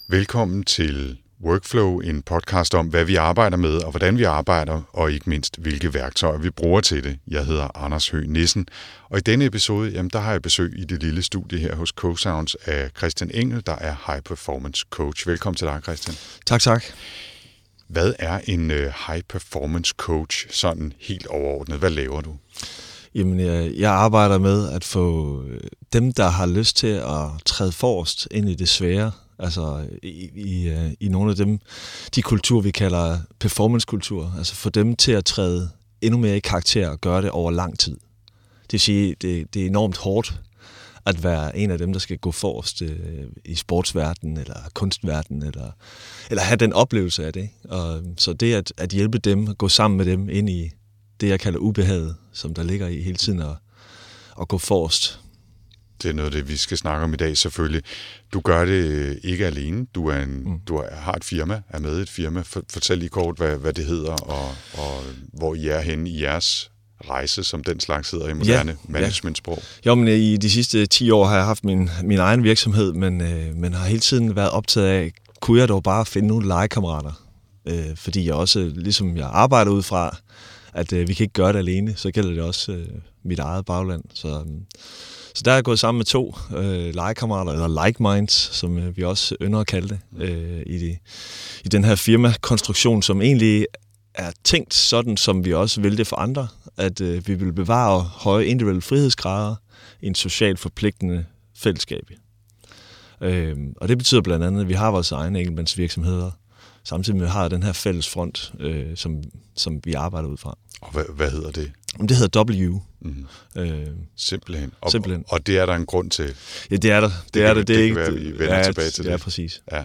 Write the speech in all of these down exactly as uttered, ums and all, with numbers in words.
Velkommen til Workflow, en podcast om, hvad vi arbejder med, og hvordan vi arbejder, og ikke mindst, hvilke værktøjer vi bruger til det. Jeg hedder Anders Høgh Nissen, og i denne episode, jamen, der har jeg besøg i det lille studie her hos CoSounds af Christian Engel, der er High Performance Coach. Velkommen til dig, Christian. Tak, tak. Hvad er en uh, High Performance Coach, sådan helt overordnet? Hvad laver du? Jamen, jeg, jeg arbejder med at få dem, der har lyst til at træde forrest ind i det svære, altså i, i, i nogle af dem, de kulturer, vi kalder performance-kultur, altså få dem til at træde endnu mere i karakter og gøre det over lang tid. Det vil sige, det, det er enormt hårdt at være en af dem, der skal gå forrest øh, i sportsverdenen eller kunstverdenen, eller, eller have den oplevelse af det. Og, så det at, at hjælpe dem, at gå sammen med dem ind i det, jeg kalder ubehaget, som der ligger i hele tiden, at, at gå forrest. Det er noget af det, vi skal snakke om i dag selvfølgelig. Du gør det ikke alene. Du, er en, mm. du er, har et firma, er med i et firma. Fortæl lige kort, hvad, hvad det hedder, og, og hvor I er henne i jeres rejse, som den slags hedder i moderne ja, managementsprog. Ja. Jo, men i de sidste ti år har jeg haft min, min egen virksomhed, men, øh, men har hele tiden været optaget af, kunne jeg dog bare finde nogle legekammerater? Øh, fordi jeg også, ligesom jeg arbejder ud fra, at øh, vi kan ikke gøre det alene, så gælder det også øh, mit eget bagland. Så, øh, så der er jeg gået sammen med to øh, legekammerater, eller like minds, som øh, vi også ynder at kalde det, øh, i, de, i den her firmakonstruktion, som egentlig er tænkt sådan, som vi også vil det for andre, at øh, vi vil bevare høje individuelle frihedsgrader i en socialt forpligtende fællesskab. Øh, og det betyder blandt andet, at vi har vores egne enkeltmandsvirksomheder, samtidig med, at vi har den her fælles front, øh, som, som vi arbejder ud fra. Og hvad, hvad hedder det? Det hedder W. Mm-hmm. Øh, simpelthen. Og, simpelthen. Og det er der en grund til? Ja, det er der. Det, det er det. Det, det ikke, kan være, vi vender ja, tilbage til ja, det. Ja, præcis. Ja.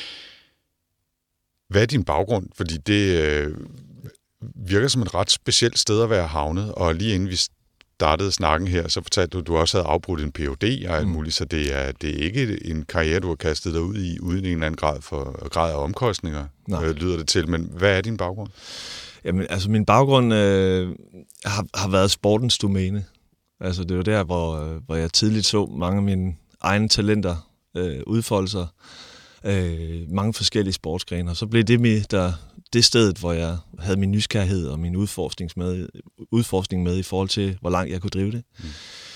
Hvad er din baggrund? Fordi det øh, virker som et ret specielt sted at være havnet, og lige inden vi startede snakken her, så fortalte du, at du også havde afbrudt en P H D og alt mm. muligt, så det er, det er ikke en karriere, du har kastet dig ud i, uden en eller anden grad, for, grad af omkostninger, øh, lyder det til. Men hvad er din baggrund? Jamen, altså min baggrund øh, har, har været sportens domæne. Altså det var der, hvor, hvor jeg tidligt så mange af mine egne talenter øh, udfolde sig. Øh, mange forskellige sportsgrene. Og så blev det med, der, det sted, hvor jeg havde min nysgerrighed og min udforskning med, udforskning med i forhold til, hvor langt jeg kunne drive det. Mm.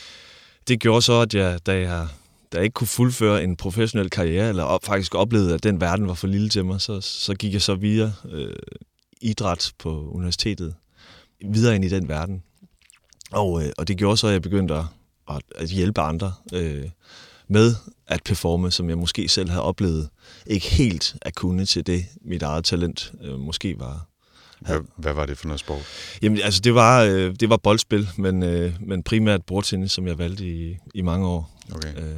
Det gjorde så, at jeg, da jeg, da jeg ikke kunne fuldføre en professionel karriere, eller op, faktisk oplevede, at den verden var for lille til mig, så, så gik jeg så via øh, idræt på universitetet, videre ind i den verden. Og, øh, og det gjorde så, at jeg begyndte at, at, at hjælpe andre øh, med at performe, som jeg måske selv havde oplevet, ikke helt at kunne til det, mit eget talent øh, måske var. Hvad, hvad var det for noget sport? Jamen, altså det var, øh, det var boldspil, men, øh, men primært bordtennis, som jeg valgte i, i mange år. Okay. Øh,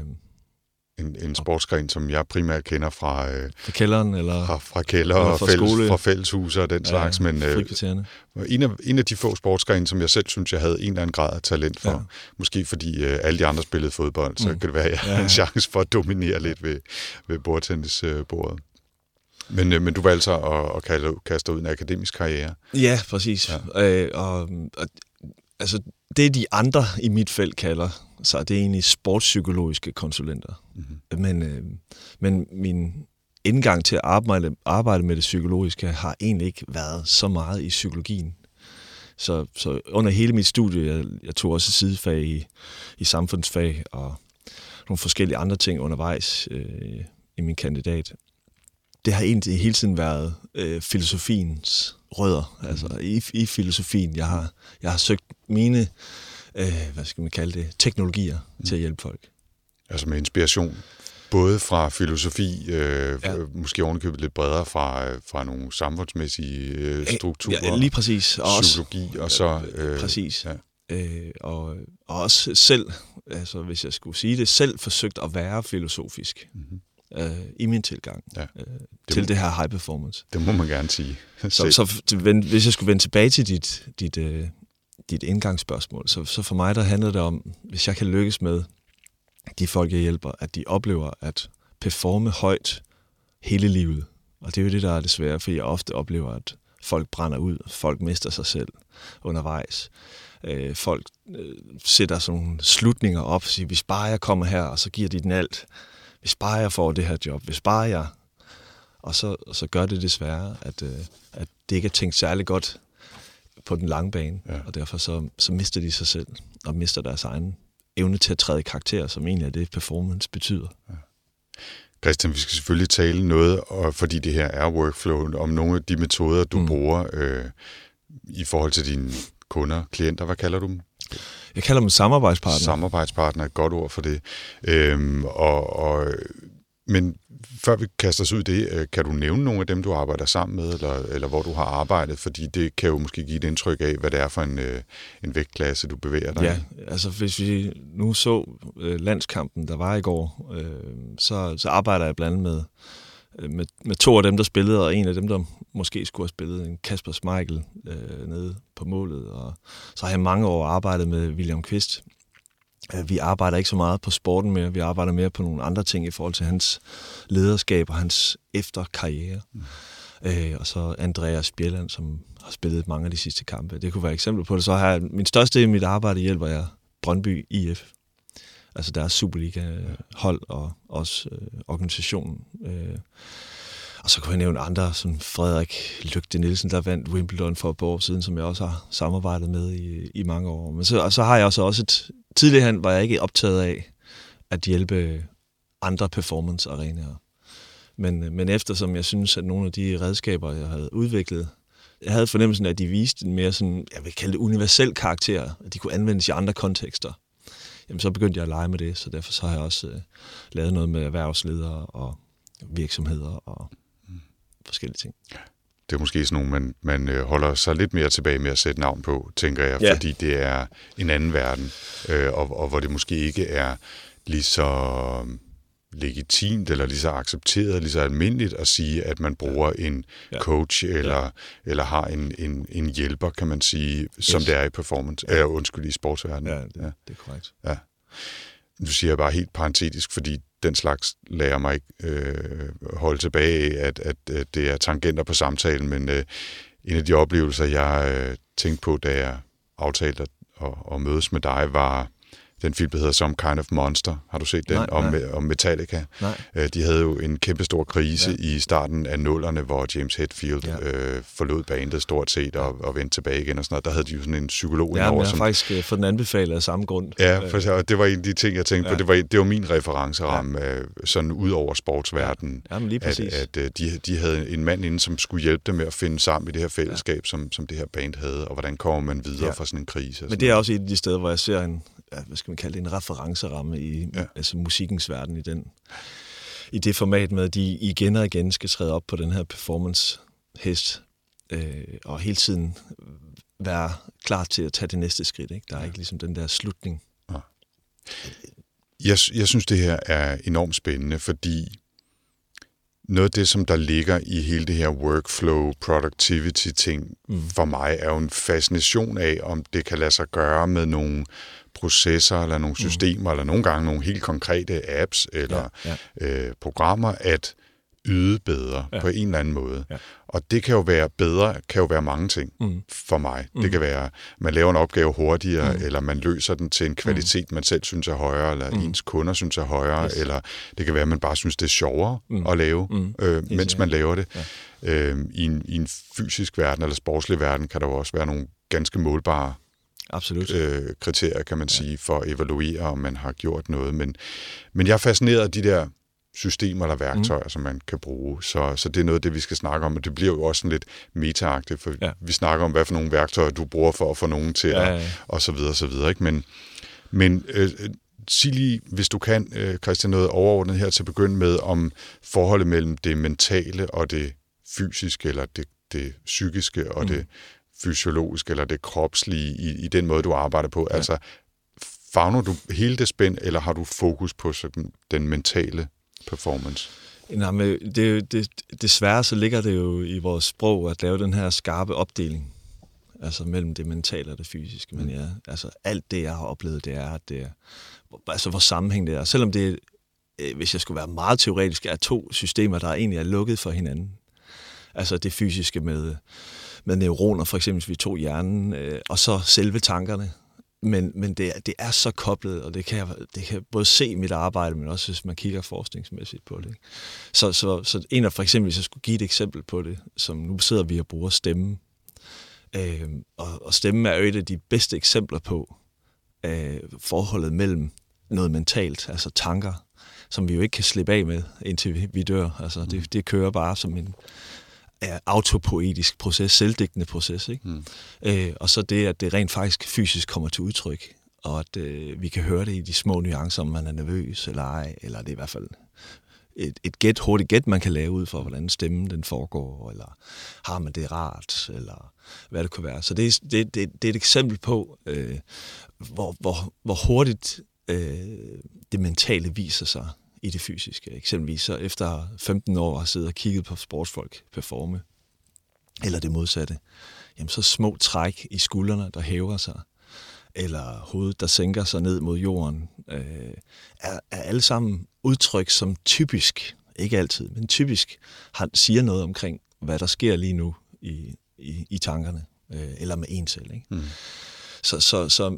en, en sportsgren, som jeg primært kender fra... Øh, fra kælderen, eller... Fra, fra kælder og fra, fælles, fra fælleshuse og den ja, slags, men... Øh, en, af, en af de få sportsgrene, som jeg selv synes, jeg havde en eller anden grad af talent for. Ja. Måske fordi øh, alle de andre spillede fodbold, så mm. kan det være, at jeg ja, ja. havde en chance for at dominere lidt ved, ved bordtennisbordet. Men, øh, men du valgte så at, at kalde, kaste ud en akademisk karriere. Ja, præcis. Ja. Øh, og, og, altså, det de andre i mit felt kalder, så det er egentlig sportspsykologiske konsulenter. Mm-hmm. Men, øh, men min indgang til at arbejde, arbejde med det psykologiske har egentlig ikke været så meget i psykologien. Så, så under hele mit studie, jeg, jeg tog også sidefag i, i samfundsfag og nogle forskellige andre ting undervejs øh, i min kandidat. Det har egentlig hele tiden været øh, filosofiens rødder, mm. altså i, i filosofien. Jeg har, jeg har søgt mine, øh, hvad skal man kalde det, teknologier mm. til at hjælpe folk. Altså med inspiration, både fra filosofi, øh, ja. måske ovenikøbet lidt bredere fra, fra nogle samfundsmæssige øh, strukturer. Ja, lige præcis. Og psykologi, og så... Øh, præcis. Ja. Øh, og, og også selv, altså hvis jeg skulle sige det, selv forsøgt at være filosofisk. Mm-hmm. i min tilgang ja, det til må, det her high performance. Det må man gerne sige. så, så hvis jeg skulle vende tilbage til dit, dit, uh, dit indgangsspørgsmål, så, så for mig der handler det om, hvis jeg kan lykkes med de folk, jeg hjælper, at de oplever at performe højt hele livet. Og det er jo det, der er det svære, fordi jeg ofte oplever, at folk brænder ud, folk mister sig selv undervejs. Øh, folk øh, sætter sådan nogle slutninger op og siger, hvis bare jeg kommer her, og så giver de den alt. Hvis bare jeg får det her job, hvis bare jeg Og så, og så gør det desværre, at, øh, at det ikke er tænkt særlig godt på den lange bane, ja. Og derfor så, så mister de sig selv, og mister deres egen evne til at træde i karakter, som egentlig er det, performance betyder. Ja. Christian, vi skal selvfølgelig tale noget, og fordi det her er workflow, om nogle af de metoder, du mm. bruger øh, i forhold til dine kunder, klienter. Hvad kalder du dem? Jeg kalder dem samarbejdspartner. Samarbejdspartner er et godt ord for det. Øhm, og, og, men før vi kaster os ud i det, kan du nævne nogle af dem, du arbejder sammen med, eller, eller hvor du har arbejdet? Fordi det kan jo måske give et indtryk af, hvad det er for en, en vægtklasse, du bevæger dig ja, i. Altså hvis vi nu så landskampen, der var i går, øh, så, så arbejder jeg blandt andet med, med, med to af dem, der spillede, og en af dem, der måske skulle have spillet, en Kasper Schmeichel, øh, nede på målet. Og så har jeg mange år arbejdet med William Kvist. Vi arbejder ikke så meget på sporten mere, vi arbejder mere på nogle andre ting i forhold til hans lederskab og hans efterkarriere. Mm. Øh, og så Andreas Bjelland, som har spillet mange af de sidste kampe. Det kunne være et eksempel på det. Så har jeg, min største i mit arbejde hjælper jeg Brøndby I F. Altså deres Superliga-hold og også øh, organisationen. Øh, og så kunne jeg nævne andre, som Frederik Lygte Nielsen, der vandt Wimbledon for et par år siden, som jeg også har samarbejdet med i, i mange år. Men så, og så har jeg også, også et... Tidligere var jeg ikke optaget af at hjælpe andre performance-arenaer. Men, men eftersom jeg synes, at nogle af de redskaber, jeg havde udviklet, jeg havde fornemmelsen af, at de viste en mere sådan, jeg vil kalde det universel karakter, at de kunne anvendes i andre kontekster. Jamen, så begyndte jeg at lege med det, så derfor så har jeg også øh, lavet noget med erhvervsledere og virksomheder og mm. forskellige ting. Det er måske sådan nogle, man, man holder sig lidt mere tilbage med at sætte navn på, tænker jeg, ja. Fordi det er en anden verden, øh, og, og hvor det måske ikke er lige så legitimt eller lige så accepteret, lige så almindeligt at sige, at man bruger en ja. coach eller, ja. eller har en, en, en hjælper, kan man sige, yes. som det er i performance, ja. øh, undskyld, i sportsverdenen. Ja, det, ja, det er korrekt. Ja. Nu siger jeg bare helt parentetisk, fordi den slags lærer mig ikke øh, holde tilbage af, at, at, at det er tangenter på samtalen, men øh, en af de oplevelser, jeg øh, tænkte på, da jeg aftalte at, at, at mødes med dig, var den film, der hedder Some Kind of Monster. Har du set den? Nej, om, nej. om Metallica. Nej. De havde jo en kæmpestor krise ja. i starten af nullerne, hvor James Hetfield ja. øh, forlod bandet stort set og, og vendte tilbage igen og sådan noget. Der havde de jo sådan en psykolog ja, indover. Ja, jeg har faktisk fået den anbefalet af samme grund. Ja, for, og det var en af de ting, jeg tænkte ja. på. Det var, det var min referenceramme, ja. sådan ud over sportsverdenen. Ja. Jamen, lige præcis. At, at de, de havde en mand inde, som skulle hjælpe dem med at finde sammen i det her fællesskab, ja. som, som det her band havde, og hvordan kommer man videre ja. fra sådan en krise. Men det er også et af de steder, hvor jeg ser en ja, hvad skal man kalde det, en referenceramme i ja. altså musikkens verden i den i det format med, at de igen og igen skal træde op på den her performance-hest øh, og hele tiden være klar til at tage det næste skridt. Ikke? Der er ja. ikke ligesom den der slutning. Ja. Jeg, jeg synes, det her er enormt spændende, fordi noget af det, som der ligger i hele det her workflow, productivity-ting, mm. for mig er jo en fascination af, om det kan lade sig gøre med nogle processer, eller nogle systemer, mm. eller nogle gange nogle helt konkrete apps, eller ja, ja. Øh, programmer, at yde bedre ja. på en eller anden måde. Ja. Og det kan jo være bedre, kan jo være mange ting mm. for mig. Mm. Det kan være, man laver en opgave hurtigere, mm. eller man løser den til en kvalitet, mm. man selv synes er højere, eller mm. ens kunder synes er højere, yes. eller det kan være, at man bare synes, det er sjovere mm. at lave, mm. øh, mens man laver det. Ja. Øh, i, en, I en fysisk verden, eller sportslig verden, kan der jo også være nogle ganske målbare Absolut. Øh, kriterier, kan man ja. sige, for at evaluere, om man har gjort noget. Men, men jeg er fascineret af de der systemer eller værktøjer, mm. som man kan bruge. Så, så det er noget af det, vi skal snakke om, og det bliver jo også sådan lidt meta-agtigt, for ja. vi snakker om, hvad for nogle værktøjer, du bruger for at få nogen til, ja, ja, ja. og så videre, så videre. Ikke? Men, men øh, sig lige, hvis du kan, øh, Christian, noget overordnet her til at begynde med, om forholdet mellem det mentale og det fysiske, eller det, det psykiske og mm. det fysiologiske, eller det kropslige, i, i den måde, du arbejder på. Ja. Altså, favner du hele det spænd, eller har du fokus på sådan, den mentale performance? Nej, men det, det, desværre så ligger det jo i vores sprog at lave den her skarpe opdeling, altså mellem det mentale og det fysiske. Men ja, altså alt det, jeg har oplevet, det er, at det er, altså hvor sammenhæng det er. Selvom det, hvis jeg skulle være meget teoretisk, er to systemer, der egentlig er lukket for hinanden. Altså det fysiske med, med neuroner, for eksempel, vi tog hjernen, øh, og så selve tankerne. Men, men det, det er så koblet, og det kan jeg, det kan jeg både se i mit arbejde, men også hvis man kigger forskningsmæssigt på det. Ikke? Så, så, så en af for eksempel, hvis jeg skulle give et eksempel på det, som nu sidder vi og bruger stemme. Øh, og, og stemme er jo et af de bedste eksempler på øh, forholdet mellem noget mentalt, altså tanker, som vi jo ikke kan slippe af med, indtil vi dør. Altså, det, det kører bare som en er autopoetisk proces, selvdigtende proces. Ikke? Mm. Øh, og så det, at det rent faktisk fysisk kommer til udtryk, og at øh, vi kan høre det i de små nuancer, om man er nervøs eller ej, eller det er i hvert fald et, et gæt, hurtigt gæt, man kan lave ud for, hvordan stemmen den foregår, eller har man det rart, eller hvad det kunne være. Så det, det, det, det er et eksempel på, øh, hvor, hvor, hvor hurtigt øh, det mentale viser sig i det fysiske. Eksempelvis så efter femten år har siddet og kigget på sportsfolk performe, eller det modsatte, jamen så små træk i skuldrene, der hæver sig, eller hovedet, der sænker sig ned mod jorden, øh, er, er alle sammen udtryk, som typisk, ikke altid, men typisk har, siger noget omkring, hvad der sker lige nu i, i, i tankerne, øh, eller med en selv. Ikke? Mm. Så, så, så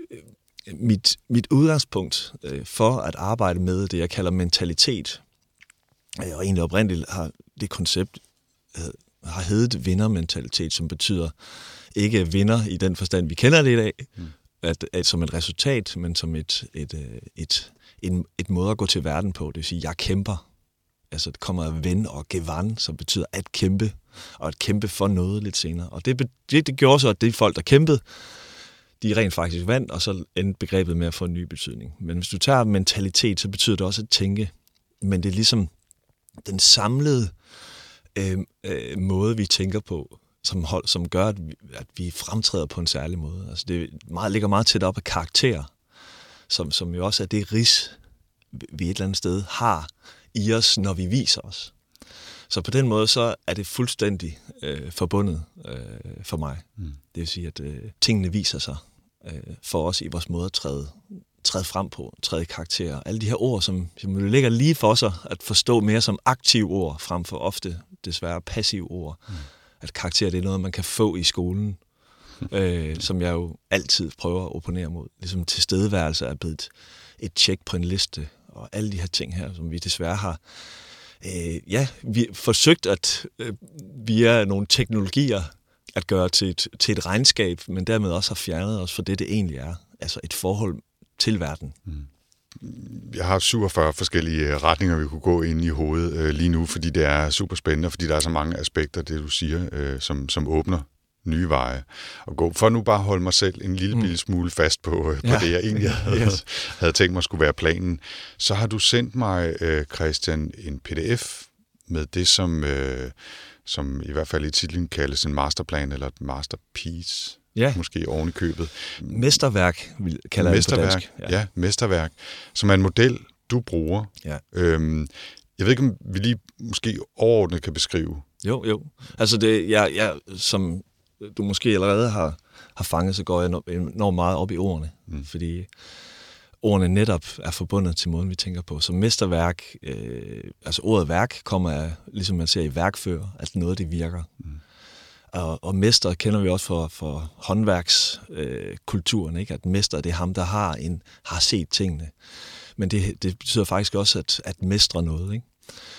Mit, mit udgangspunkt øh, for at arbejde med det, jeg kalder mentalitet, øh, og egentlig oprindeligt har det koncept øh, har heddet vindermentalitet, som betyder ikke vinder i den forstand, vi kender det i dag, mm. at, at som et resultat, men som et, et, et, et, en, et måde at gå til verden på. Det vil sige, jeg kæmper. Altså det kommer af vin og gevan, som betyder at kæmpe, og at kæmpe for noget lidt senere. Og det, det, det gjorde så, at det folk, der kæmpede, de rent faktisk vandt, og så endte begrebet med at få en ny betydning. Men hvis du tager mentalitet, så betyder det også at tænke. Men det er ligesom den samlede øh, øh, måde, vi tænker på, som, hold, som gør, at vi, at vi fremtræder på en særlig måde. Altså det meget, ligger meget tæt op af karakter, som, som jo også er det ris, vi et eller andet sted har i os, når vi viser os. Så på den måde, så er det fuldstændig øh, forbundet øh, for mig. Mm. Det vil sige, at øh, tingene viser sig øh, for os i vores måde at træde, træde frem på, træde karakterer. Alle de her ord, som, som ligger lige for sig at forstå mere som aktive ord, frem for ofte desværre passive ord. Mm. At karakterer, det er noget, man kan få i skolen, øh, som jeg jo altid prøver at opponere mod. Ligesom tilstedeværelse er blevet et tjek på en liste, og alle de her ting her, som vi desværre har Øh, ja, vi har forsøgt at øh, via nogle teknologier at gøre til et, til et regnskab, men dermed også har fjernet os fra det, det egentlig er. Altså et forhold til verden. Mm. Jeg har syvogfyrre forskellige retninger, vi kunne gå ind i hovedet øh, lige nu, fordi det er super spændende, fordi der er så mange aspekter, det du siger, øh, som, som åbner nye veje at gå. For nu bare holde mig selv en lille mm. smule fast på, på ja. det, jeg egentlig havde, yes. havde tænkt mig skulle være planen. Så har du sendt mig, øh, Christian, en pdf med det, som, øh, som i hvert fald i titlen kaldes en masterplan eller et masterpiece. Ja. Måske oven i købet. Mesterværk, kalder jeg det på dansk. Ja. ja, mesterværk, som er en model, du bruger. Ja. Øhm, jeg ved ikke, om vi lige måske overordnet kan beskrive. Jo, jo. Altså, det, jeg, jeg, som du måske allerede har, har fanget, så går jeg enormt meget op i ordene. Mm. Fordi ordene netop er forbundet til måden, vi tænker på. Så mesterværk, øh, altså ordet værk kommer af, ligesom man ser i værkfører, altså noget, det virker. Mm. Og, og mester kender vi også for, for håndværkskulturen, øh, ikke? At mester, det er ham, der har, en, har set tingene. Men det, det betyder faktisk også at, at mestre noget, ikke?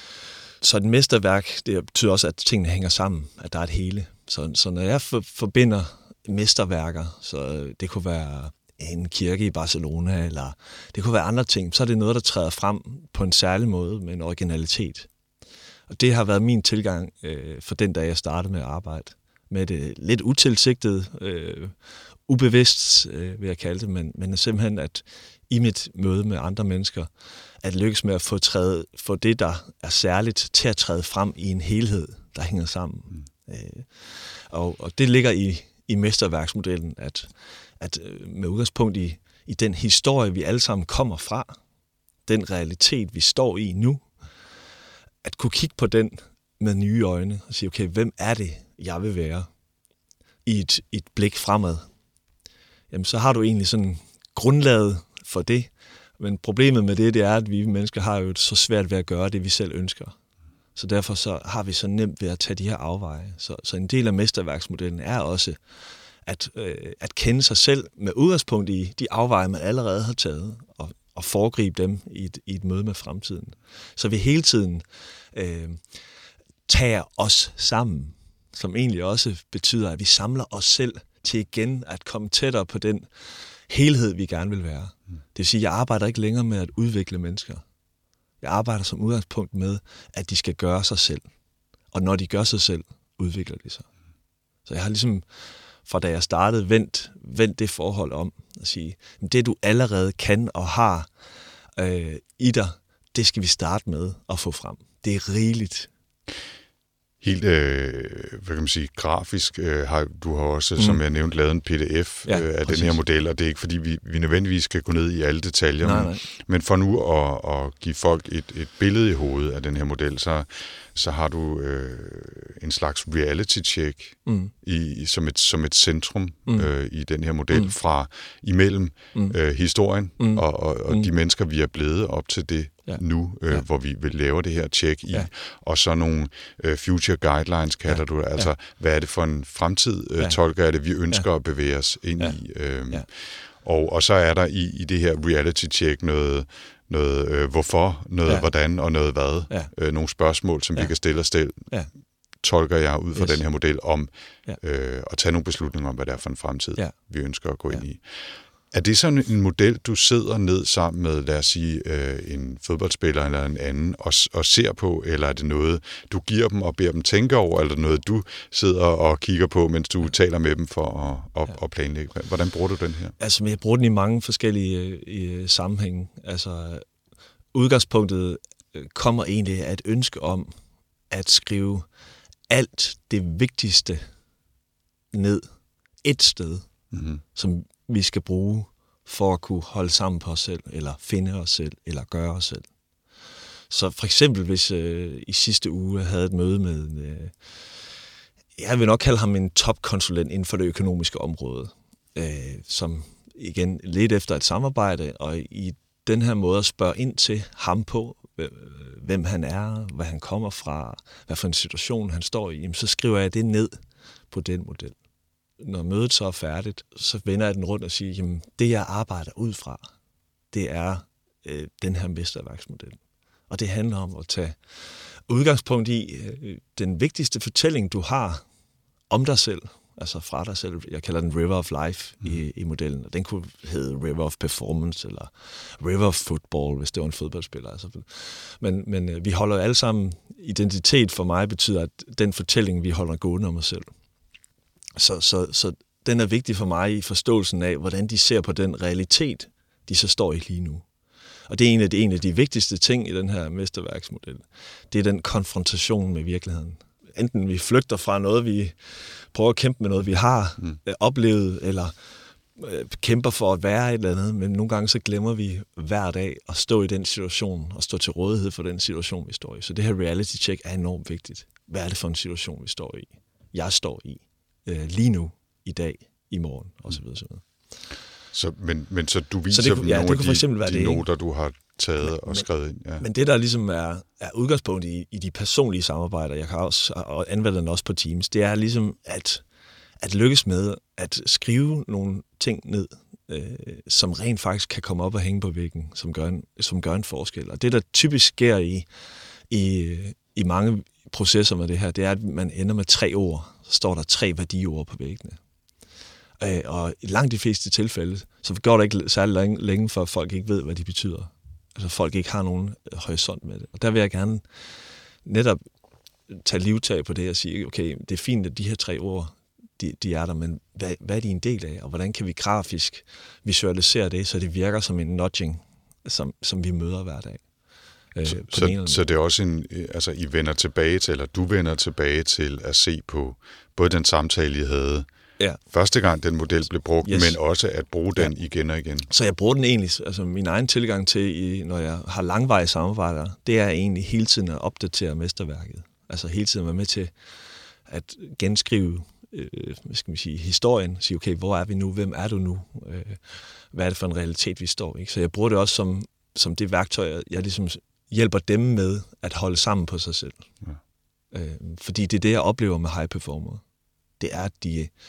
Så et mesterværk, det betyder også, at tingene hænger sammen, at der er et hele. Så, så når jeg for, forbinder mesterværker, så det kunne være en kirke i Barcelona, eller det kunne være andre ting, så er det noget, der træder frem på en særlig måde med en originalitet. Og det har været min tilgang øh, for den dag, jeg startede med at arbejde med det lidt utilsigtet, øh, ubevidst, øh, vil jeg kalde det, men, men simpelthen, at i mit møde med andre mennesker, at lykkes med at få, træde, få det, der er særligt, til at træde frem i en helhed, der hænger sammen. Mm. Øh, og, og det ligger i, i mesterværksmodellen, at, at med udgangspunkt i, i den historie, vi alle sammen kommer fra, den realitet, vi står i nu, at kunne kigge på den med nye øjne og sige, okay, hvem er det, jeg vil være i et, et blik fremad? Jamen, så har du egentlig sådan grundlaget for det. Men problemet med det, det er, at vi mennesker har jo så svært ved at gøre det, vi selv ønsker. Så derfor så har vi så nemt ved at tage de her afveje. Så, så en del af mesterværksmodellen er også at, øh, at kende sig selv med udgangspunkt i de afveje, man allerede har taget, og, og foregribe dem i et, i et møde med fremtiden. Så vi hele tiden øh, tager os sammen, som egentlig også betyder, at vi samler os selv til igen at komme tættere på den helhed, vi gerne vil være. Det vil sige, at jeg arbejder ikke længere med at udvikle mennesker. Jeg arbejder som udgangspunkt med, at de skal gøre sig selv. Og når de gør sig selv, udvikler de sig. Så jeg har ligesom, fra da jeg startede, vendt, vendt det forhold om at sige, det du allerede kan og har øh, i dig, det skal vi starte med at få frem. Det er rigeligt. Helt, øh, hvad kan man sige, grafisk øh, har du har også, mm. som jeg nævnte, lavet en P D F ja, øh, af præcis. Den her model, og det er ikke fordi, vi, vi nødvendigvis skal gå ned i alle detaljer, nej, men, nej. men for nu at, at give folk et, et billede i hovedet af den her model, så, så har du øh, en slags reality-check mm. i, som, et, som et centrum mm. øh, i den her model, mm. fra imellem mm. øh, historien mm. og, og, og mm. de mennesker, vi er blevet op til det, ja. nu, øh, ja. hvor vi vil lave det her tjek i, ja. og så nogle øh, future guidelines, kalder ja. du det, altså, ja. hvad er det for en fremtid, øh, ja. tolker jeg det, vi ønsker ja. at bevæge os ind ja. i. Øh, ja. og, og så er der i, i det her reality-check noget, noget øh, hvorfor, noget ja. hvordan og noget hvad, ja. øh, nogle spørgsmål, som ja. vi kan stille os selv, ja. tolker jeg ud fra yes. den her model, om ja. øh, at tage nogle beslutninger om, hvad det er for en fremtid, ja. vi ønsker at gå ind ja. i. Er det sådan en model, du sidder ned sammen med, lad os sige, øh, en fodboldspiller eller en anden, og, og ser på, eller er det noget, du giver dem og beder dem tænke over, eller er det noget, du sidder og kigger på, mens du taler med dem for at, at, ja. at planlægge? Hvordan bruger du den her? Altså, jeg bruger den i mange forskellige i, sammenhænge. Altså, udgangspunktet kommer egentlig af et ønske om at skrive alt det vigtigste ned et sted, mm-hmm. som vi skal bruge for at kunne holde sammen på os selv, eller finde os selv, eller gøre os selv. Så for eksempel, hvis øh, i sidste uge havde et møde med, øh, jeg vil nok kalde ham en topkonsulent inden for det økonomiske område, øh, som igen lidt efter et samarbejde, og i den her måde at spørge ind til ham på, hvem han er, hvad han kommer fra, hvad for en situation han står i, så skriver jeg det ned på den model. Når mødet så er færdigt, så vender jeg den rundt og siger, jamen det jeg arbejder ud fra, det er øh, den her mesterværksmodel. Og det handler om at tage udgangspunkt i øh, den vigtigste fortælling, du har om dig selv, altså fra dig selv. Jeg kalder den River of Life mm. i, i modellen. Og den kunne hedde River of Performance, eller River of Football, hvis det var en fodboldspiller. Altså. Men, men øh, vi holder alle sammen, identitet for mig betyder, at den fortælling, vi holder gående om os selv. Så, så, så den er vigtig for mig i forståelsen af, hvordan de ser på den realitet, de så står i lige nu. Og det er en af de, en af de vigtigste ting i den her mesterværksmodel. Det er den konfrontation med virkeligheden. Enten vi flygter fra noget, vi prøver at kæmpe med noget, vi har mm. oplevet, eller øh, kæmper for at være et eller andet, men nogle gange så glemmer vi hver dag at stå i den situation, og stå til rådighed for den situation, vi står i. Så det her reality check er enormt vigtigt. Hvad er det for en situation, vi står i? Jeg står i. Lige nu, i dag, i morgen, osv. Så, men, men så du viser så det, dem ja, nogle det af de, de noter, ikke. du har taget men, og skrevet ind. Ja. Men det, der ligesom er, er udgangspunkt i, i de personlige samarbejder, jeg kan også og anvende den også på Teams, det er ligesom at, at lykkes med at skrive nogle ting ned, øh, som rent faktisk kan komme op og hænge på væggen, som gør en, som gør en forskel. Og det, der typisk sker i, i, i mange processer med det her, det er, at man ender med tre ord. Så står der tre værdiord på væggene. Øh, og i langt de fleste tilfælde, så går det ikke særlig længe, længe, for folk ikke ved, hvad de betyder. Altså folk ikke har nogen horisont med det. Og der vil jeg gerne netop tage livtag på det og sige, okay, det er fint, at de her tre ord, de, de er der, men hvad, hvad er de en del af? Og hvordan kan vi grafisk visualisere det, så det virker som en nudging, som, som vi møder hver dag? Så, så, så det er også en, altså I vender tilbage til, eller du vender tilbage til at se på både den samtale, I havde ja. første gang, den model blev brugt, yes. men også at bruge den ja. igen og igen. Så jeg bruger den egentlig, altså min egen tilgang til, når jeg har langvarige samarbejder, det er egentlig hele tiden at opdatere mesterværket. Altså hele tiden være med til at genskrive øh, hvad skal man sige, historien, sige, okay, hvor er vi nu, hvem er du nu, øh, hvad er det for en realitet, vi står i. Så jeg bruger det også som, som det værktøj, jeg, jeg ligesom hjælper dem med at holde sammen på sig selv. Ja. Øh, fordi det er det, jeg oplever med high performer. Det er, at de,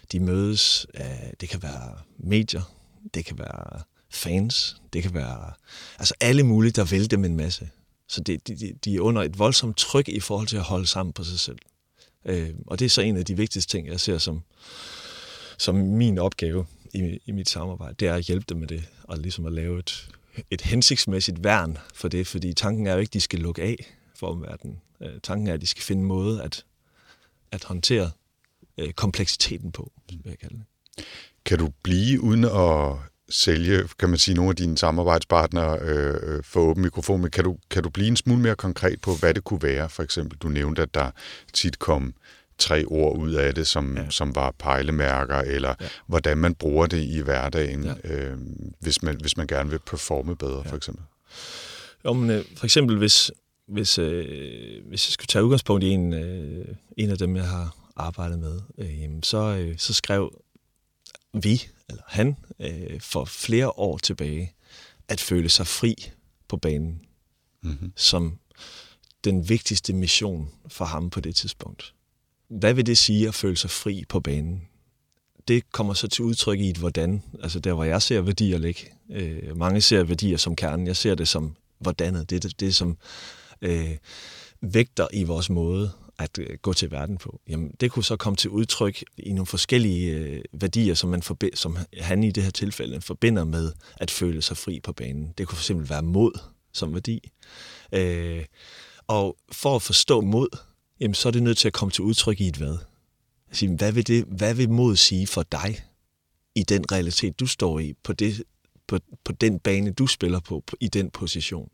De mødes, øh, det kan være medier, det kan være fans, det kan være altså alle mulige, der vil dem en masse. Så det, de, de er under et voldsomt tryk i forhold til at holde sammen på sig selv. Øh, og det er så en af de vigtigste ting, jeg ser som, som min opgave i, i mit samarbejde, det er at hjælpe dem med det, og ligesom at lave et, et hensigtsmæssigt værn for det, fordi tanken er jo ikke, at de skal lukke af for omverdenen. Øh, tanken er, at de skal finde en måde at, at håndtere øh, kompleksiteten på, vil jeg kalde det. Kan du blive uden at sælge, kan man sige, nogle af dine samarbejdspartnere øh, for åben mikrofon, men kan du, kan du blive en smule mere konkret på, hvad det kunne være? For eksempel, du nævnte, at der tit kom tre ord ud af det, som, ja. som var pejlemærker, eller ja. hvordan man bruger det i hverdagen, ja. øh, hvis, man, hvis man gerne vil performe bedre, ja. for eksempel. Jo, men, øh, for eksempel, hvis, hvis, øh, hvis jeg skulle tage udgangspunkt i en, øh, en af dem, jeg har arbejdet med, øh, så, øh, så skrev vi, eller han, øh, for flere år tilbage, at føle sig fri på banen, mm-hmm. som den vigtigste mission for ham på det tidspunkt. Hvad vil det sige at føle sig fri på banen? Det kommer så til udtryk i et hvordan, altså der, hvor jeg ser værdier ligge. Øh, mange ser værdier som kernen, jeg ser det som hvordanet, det er det, det som øh, vægter i vores måde at gå til verden på. Jamen, det kunne så komme til udtryk i nogle forskellige øh, værdier, som, man forbi- som han i det her tilfælde forbinder med at føle sig fri på banen. Det kunne fx være mod som værdi. Øh, og for at forstå mod, jamen, så er det nødt til at komme til udtryk i et hvad. Altså, hvad vil det, hvad vil mod sige for dig i den realitet, du står i, på, det, på, på den bane, du spiller på, på, i den position?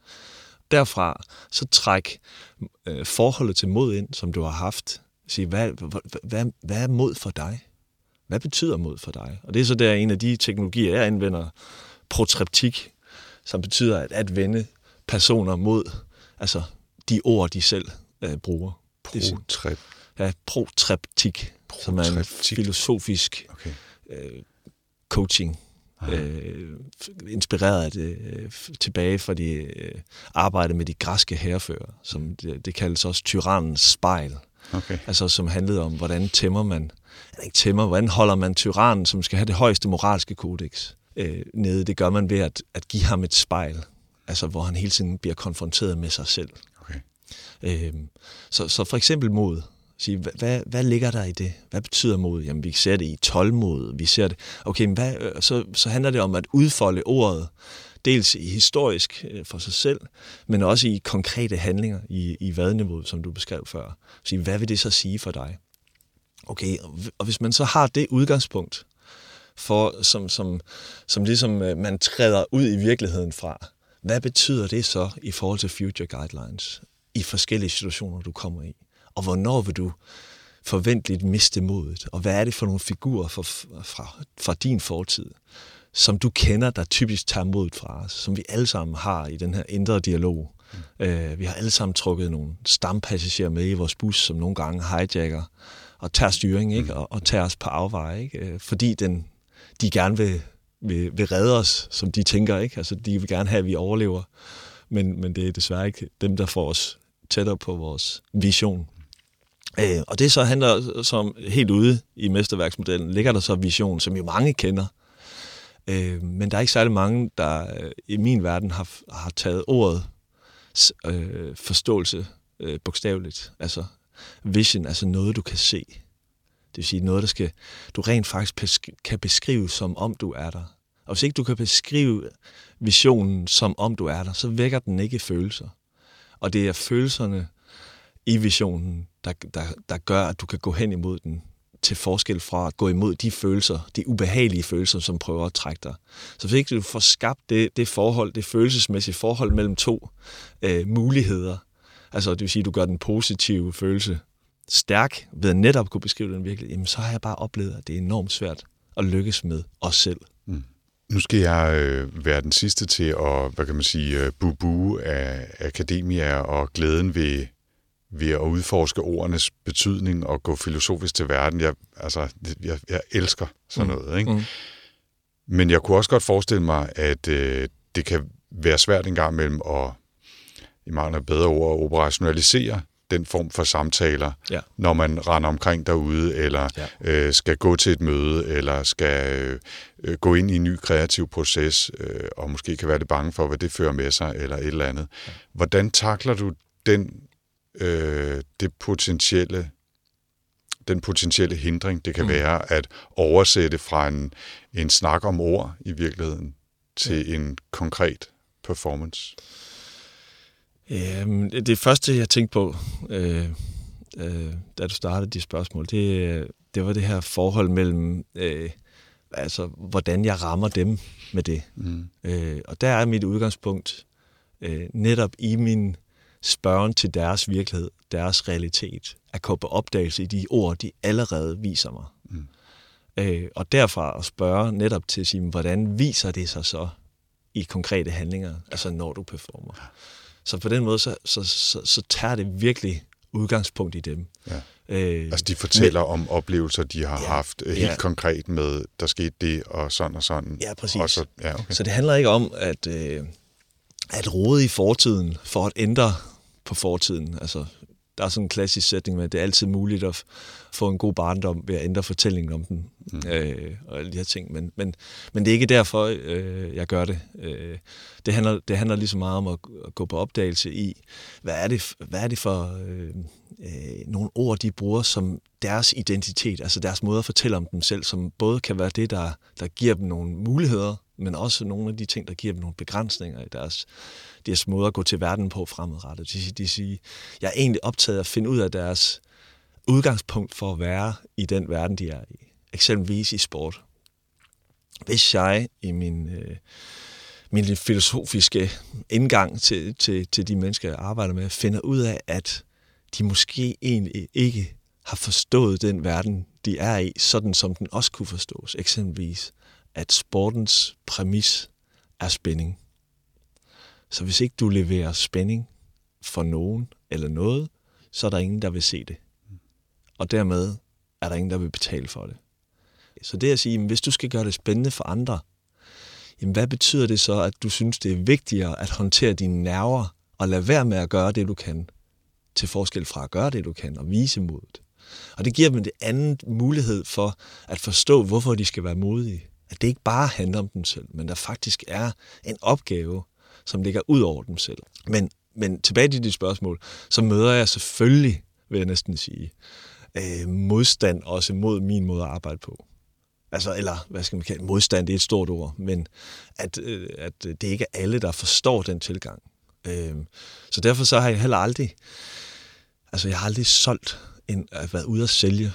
Derfra så træk øh, forholdet til mod ind, som du har haft. Sige, hvad, hvad, hvad, hvad er mod for dig? Hvad betyder mod for dig? Og det er så der en af de teknologier, jeg anvender, protreptik, som betyder at, at vende personer mod altså de ord, de selv øh, bruger. Protrep. Ja, protreptik, som er en filosofisk okay. øh, coaching. Øh, inspireret af det øh, tilbage fra de øh, arbejde med de græske hærførere, som det, det kaldes også tyrannens spejl. Okay. Altså som handlede om, hvordan tæmmer man, ikke tæmmer, hvordan holder man tyrannen, som skal have det højeste moralske kodex øh, nede. Det gør man ved at, at give ham et spejl, altså hvor han hele tiden bliver konfronteret med sig selv. Okay. Øh, så, så for eksempel mod. Sige, hvad, hvad ligger der i det? Hvad betyder mod? Jamen, vi ser det i tålmod. Vi ser det. Okay, men hvad, så, så handler det om at udfolde ordet, dels i historisk for sig selv, men også i konkrete handlinger i, i vadniveauet, som du beskrev før. Sige, hvad vil det så sige for dig? Okay, og hvis man så har det udgangspunkt, for, som, som, som ligesom man træder ud i virkeligheden fra, hvad betyder det så i forhold til future guidelines i forskellige situationer, du kommer i? Og hvornår vil du forventeligt miste modet? Og hvad er det for nogle figurer fra, fra, fra din fortid, som du kender, der typisk tager modet fra os, som vi alle sammen har i den her indre dialog? Mm. Uh, vi har alle sammen trukket nogle stampassagerer med i vores bus, som nogle gange hijacker og tager styring, ikke? Mm. Og, og tager os på afveje, ikke? Uh, fordi den, de gerne vil, vil, vil redde os, som de tænker, ikke? Altså, de vil gerne have, at vi overlever, men, men det er desværre ikke dem, der får os tættere på vores vision. Øh, og det så handler som helt ude i mesterværksmodellen, ligger der så vision, som jo mange kender. Øh, men der er ikke særlig mange, der øh, i min verden har, har taget ordet øh, forståelse øh, bogstaveligt. Altså vision, altså noget, du kan se. Det vil sige noget, der skal, du rent faktisk besk- kan beskrive, som om du er der. Og hvis ikke du kan beskrive visionen, som om du er der, så vækker den ikke følelser. Og det er følelserne i visionen, der, der, der gør, at du kan gå hen imod den, til forskel fra at gå imod de følelser, de ubehagelige følelser, som prøver at trække dig. Så hvis ikke du får skabt det, det forhold, det følelsesmæssige forhold mellem to øh, muligheder, altså det vil sige, at du gør den positive følelse stærk ved at netop kunne beskrive den virkelig, jamen så har jeg bare oplevet, at det er enormt svært at lykkes med os selv. Mm. Nu skal jeg øh, være den sidste til at, hvad kan man sige, bubu af akademia og glæden ved, ved at udforske ordenes betydning og gå filosofisk til verden. Jeg, altså, jeg, jeg elsker sådan mm. noget, ikke? Mm. Men jeg kunne også godt forestille mig, at øh, det kan være svært en gang imellem at, i mangel af bedre ord, at operationalisere den form for samtaler, ja. når man render omkring derude, eller ja. øh, skal gå til et møde, eller skal øh, gå ind i en ny kreativ proces, øh, og måske kan være lidt bange for, hvad det fører med sig, eller et eller andet. Ja. Hvordan takler du den, øh, det potentielle, den potentielle hindring, det kan mm. være at oversætte fra en, en snak om ord i virkeligheden til ja. en konkret performance? Ja, det første, jeg tænkte på, øh, øh, da du startede de spørgsmål, det, det var det her forhold mellem, øh, altså, hvordan jeg rammer dem med det. Mm. Øh, og der er mit udgangspunkt øh, netop i min spørgen til deres virkelighed, deres realitet, at komme på opdagelse i de ord, de allerede viser mig. Mm. Øh, og derfra at spørge netop til at sige, hvordan viser det sig så i konkrete handlinger, altså når du performer. Så på den måde, så, så, så, så tager det virkelig udgangspunkt i dem. Ja. Øh, altså de fortæller med, om oplevelser, de har ja, haft helt ja. konkret med, der skete det og sådan og sådan. Ja, præcis. Og så, ja, okay. så det handler ikke om at, øh, at rode i fortiden for at ændre på fortiden. Altså, der er sådan en klassisk sætning med, at det er altid muligt at få en god barndom ved at ændre fortællingen om den, mm. øh, og alle de her ting. Men, men, men det er ikke derfor, øh, jeg gør det. Øh, det, handler, det handler lige så meget om at, at gå på opdagelse i, hvad er det, hvad er det for øh, øh, nogle ord, de bruger som deres identitet, altså deres måde at fortælle om dem selv, som både kan være det, der, der giver dem nogle muligheder, men også nogle af de ting, der giver dem nogle begrænsninger i deres, deres måde at gå til verden på fremadrettet. De, de siger, jeg er egentlig optaget af at finde ud af deres udgangspunkt for at være i den verden, de er i. Eksempelvis i sport. Hvis jeg i min, øh, min filosofiske indgang til, til, til de mennesker, jeg arbejder med, finder ud af, at de måske egentlig ikke har forstået den verden, de er i, sådan som den også kunne forstås. Eksempelvis, at sportens præmis er spænding. Så hvis ikke du leverer spænding for nogen eller noget, så er der ingen, der vil se det. Og dermed er der ingen, der vil betale for det. Så det at sige, hvis du skal gøre det spændende for andre, jamen hvad betyder det så, at du synes, det er vigtigere at håndtere dine nerver og lade være med at gøre det, du kan, til forskel fra at gøre det, du kan, og vise modet. Og det giver dem det andet mulighed for at forstå, hvorfor de skal være modige. At det ikke bare handler om dem selv, men der faktisk er en opgave, som ligger ud over dem selv. Men, men tilbage til dit spørgsmål, så møder jeg selvfølgelig, vil jeg næsten sige, øh, modstand også mod min måde at arbejde på. Altså, eller hvad skal man kalde modstand, det er et stort ord, men at, øh, at det ikke er alle, der forstår den tilgang. Øh, så derfor så har jeg heller aldrig, altså jeg har aldrig solgt, en, at være ude at sælge.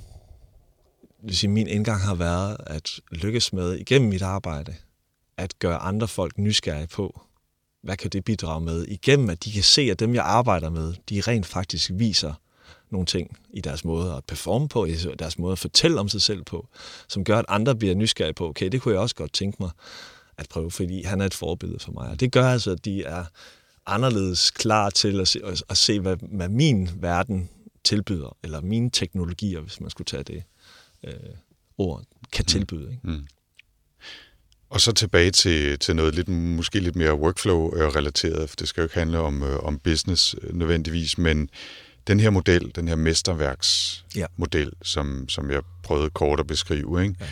Det vil sige, min indgang har været at lykkes med, igennem mit arbejde, at gøre andre folk nysgerrige på, hvad kan det bidrage med, igennem at de kan se, at dem, jeg arbejder med, de rent faktisk viser nogle ting i deres måde at performe på, i deres måde at fortælle om sig selv på, som gør, at andre bliver nysgerrige på, okay, det kunne jeg også godt tænke mig at prøve, fordi han er et forbillede for mig. Og det gør altså, at de er anderledes klar til at se, at se hvad, hvad min verden tilbyder, eller mine teknologier, hvis man skulle tage det øh, ord, kan tilbyde. Ikke? Mm. Og så tilbage til, til noget lidt, måske lidt mere workflow-relateret, for det skal jo ikke handle om, øh, om business nødvendigvis, men den her model, den her mesterværksmodel, ja. som, som jeg prøvede kort at beskrive, ikke? Ja.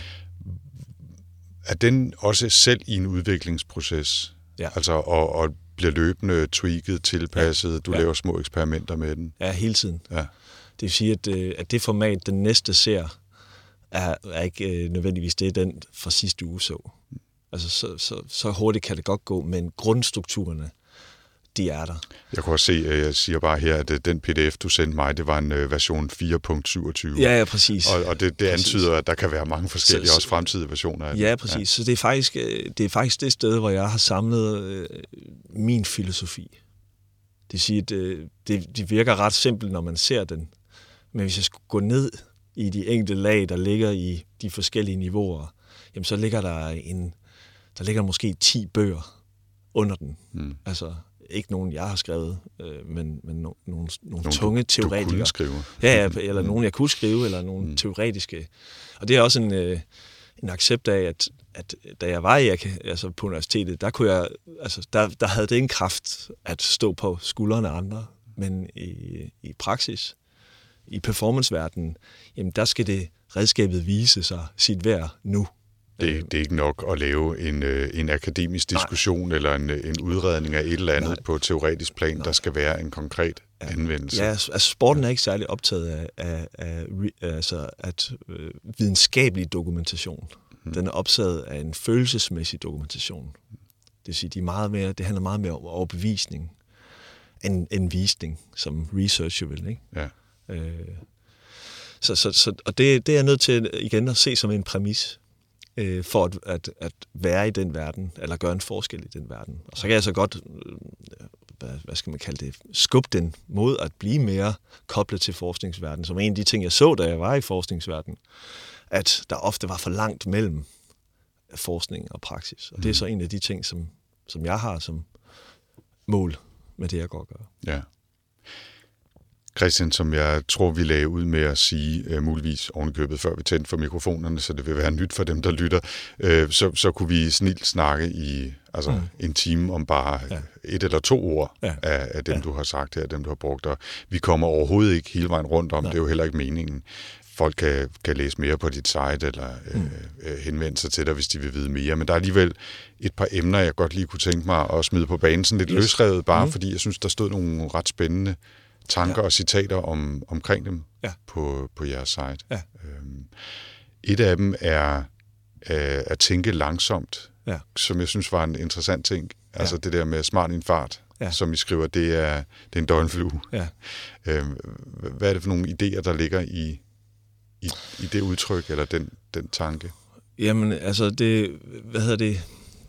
Er den også selv i en udviklingsproces? Ja. Altså, og, og bliver løbende tweaked, tilpasset, ja. du ja. laver små eksperimenter med den? Ja, hele tiden. Ja. Det vil sige, at, at det format, den næste ser, er, er ikke øh, nødvendigvis det, den fra sidste uge så. Altså, så, så, så hurtigt kan det godt gå, men grundstrukturerne, de er der. Jeg kan også se, jeg siger bare her, at den pdf, du sendte mig, det var en version fire punkt syvogtyve. Ja, ja, præcis. Og, og det, det antyder, præcis. at der kan være mange forskellige, så, også fremtidige versioner af det. Ja, præcis. Ja. Så det er, faktisk, det er faktisk det sted, hvor jeg har samlet øh, min filosofi. Det vil sige, at det, det, det virker ret simpelt, når man ser den. Men hvis jeg skulle gå ned i de enkelte lag, der ligger i de forskellige niveauer, jamen så ligger der en, der ligger måske ti bøger under den. Mm. Altså ikke nogen, jeg har skrevet, øh, men, men no, nogle, nogle tunge du, teoretikere. Du kunne skrive. Ja, ja, eller mm. nogen, jeg kunne skrive, eller nogle mm. teoretiske. Og det er også en, øh, en accept af, at, at da jeg var i, altså på universitetet, der, kunne jeg, altså, der, der havde det en kraft at stå på skuldrene af andre. Men i, i praksis, i performanceverdenen, jamen der skal det redskabet vise sig sit værd nu. Det, det er ikke nok at lave en, en akademisk diskussion Nej. eller en, en udredning af et eller andet Nej. på teoretisk plan. Nej. Der skal være en konkret ja. anvendelse. Ja, altså sporten er ikke særlig optaget af, af, af altså, at øh, videnskabelig dokumentation. Hmm. Den er optaget af en følelsesmæssig dokumentation. Det vil sige, de er meget mere, det handler meget mere om overbevisning end, end visning, som researcher vil. Ikke? Ja. Øh, så, så, så, og det, det er jeg nødt til igen at se som en præmis øh, for at, at, at være i den verden, eller gøre en forskel i den verden. Og så kan jeg så godt, øh, hvad, hvad skal man kalde det, skubbe den mod at blive mere koblet til forskningsverdenen, som en af de ting, jeg så, da jeg var i forskningsverdenen, at der ofte var for langt mellem forskning og praksis. Og det er så en af de ting, som, som jeg har som mål med det, jeg går og gør. Ja. Christian, som jeg tror, vi lagde ud med at sige, uh, muligvis ovenikøbet, før vi tændte for mikrofonerne, så det vil være nyt for dem, der lytter, uh, så, så kunne vi snilt snakke i altså, mm. en time om bare ja. et eller to ord ja. af, af dem, ja. du har sagt her, dem, du har brugt. Og vi kommer overhovedet ikke hele vejen rundt om, Nej. det er jo heller ikke meningen. Folk kan, kan læse mere på dit site, eller mm. øh, henvende sig til dig, hvis de vil vide mere. Men der er alligevel et par emner, jeg godt lige kunne tænke mig at smide på banen, sådan lidt yes. løsrevet, bare mm. fordi jeg synes, der stod nogle ret spændende tanker ja. og citater om, omkring dem ja. på, på jeres site. Ja. Øhm, et af dem er øh, at tænke langsomt, ja. som jeg synes var en interessant ting. Altså ja. det der med smart i en fart, ja. som I skriver, det er, det er en døgnflue. Ja. Øhm, hvad er det for nogle idéer, der ligger i, i, i det udtryk, eller den, den tanke? Jamen, altså det, hvad hedder det...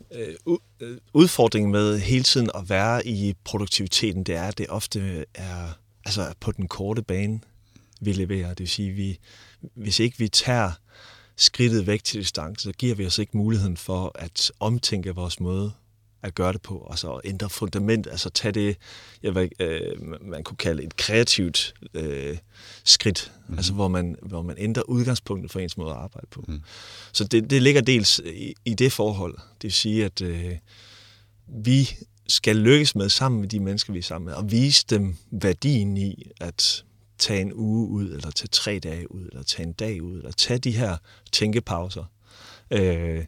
Udfordringen med hele tiden at være i produktiviteten, det er, at det ofte er altså på den korte bane, vi leverer. Det vil sige, vi, hvis ikke vi tager skridtet væk til distance, så giver vi os ikke muligheden for at omtænke vores måde at gøre det på, altså ændre fundament, altså tage det, jeg ved, øh, man kunne kalde et kreativt øh, skridt, mm. altså hvor man, hvor man ændrer udgangspunktet for ens måde at arbejde på. Mm. Så det, det ligger dels i, i det forhold. Det vil sige, at øh, vi skal lykkes med sammen med de mennesker, vi er sammen med, og vise dem værdien i at tage en uge ud, eller tage tre dage ud, eller tage en dag ud, eller tage de her tænkepauser, øh,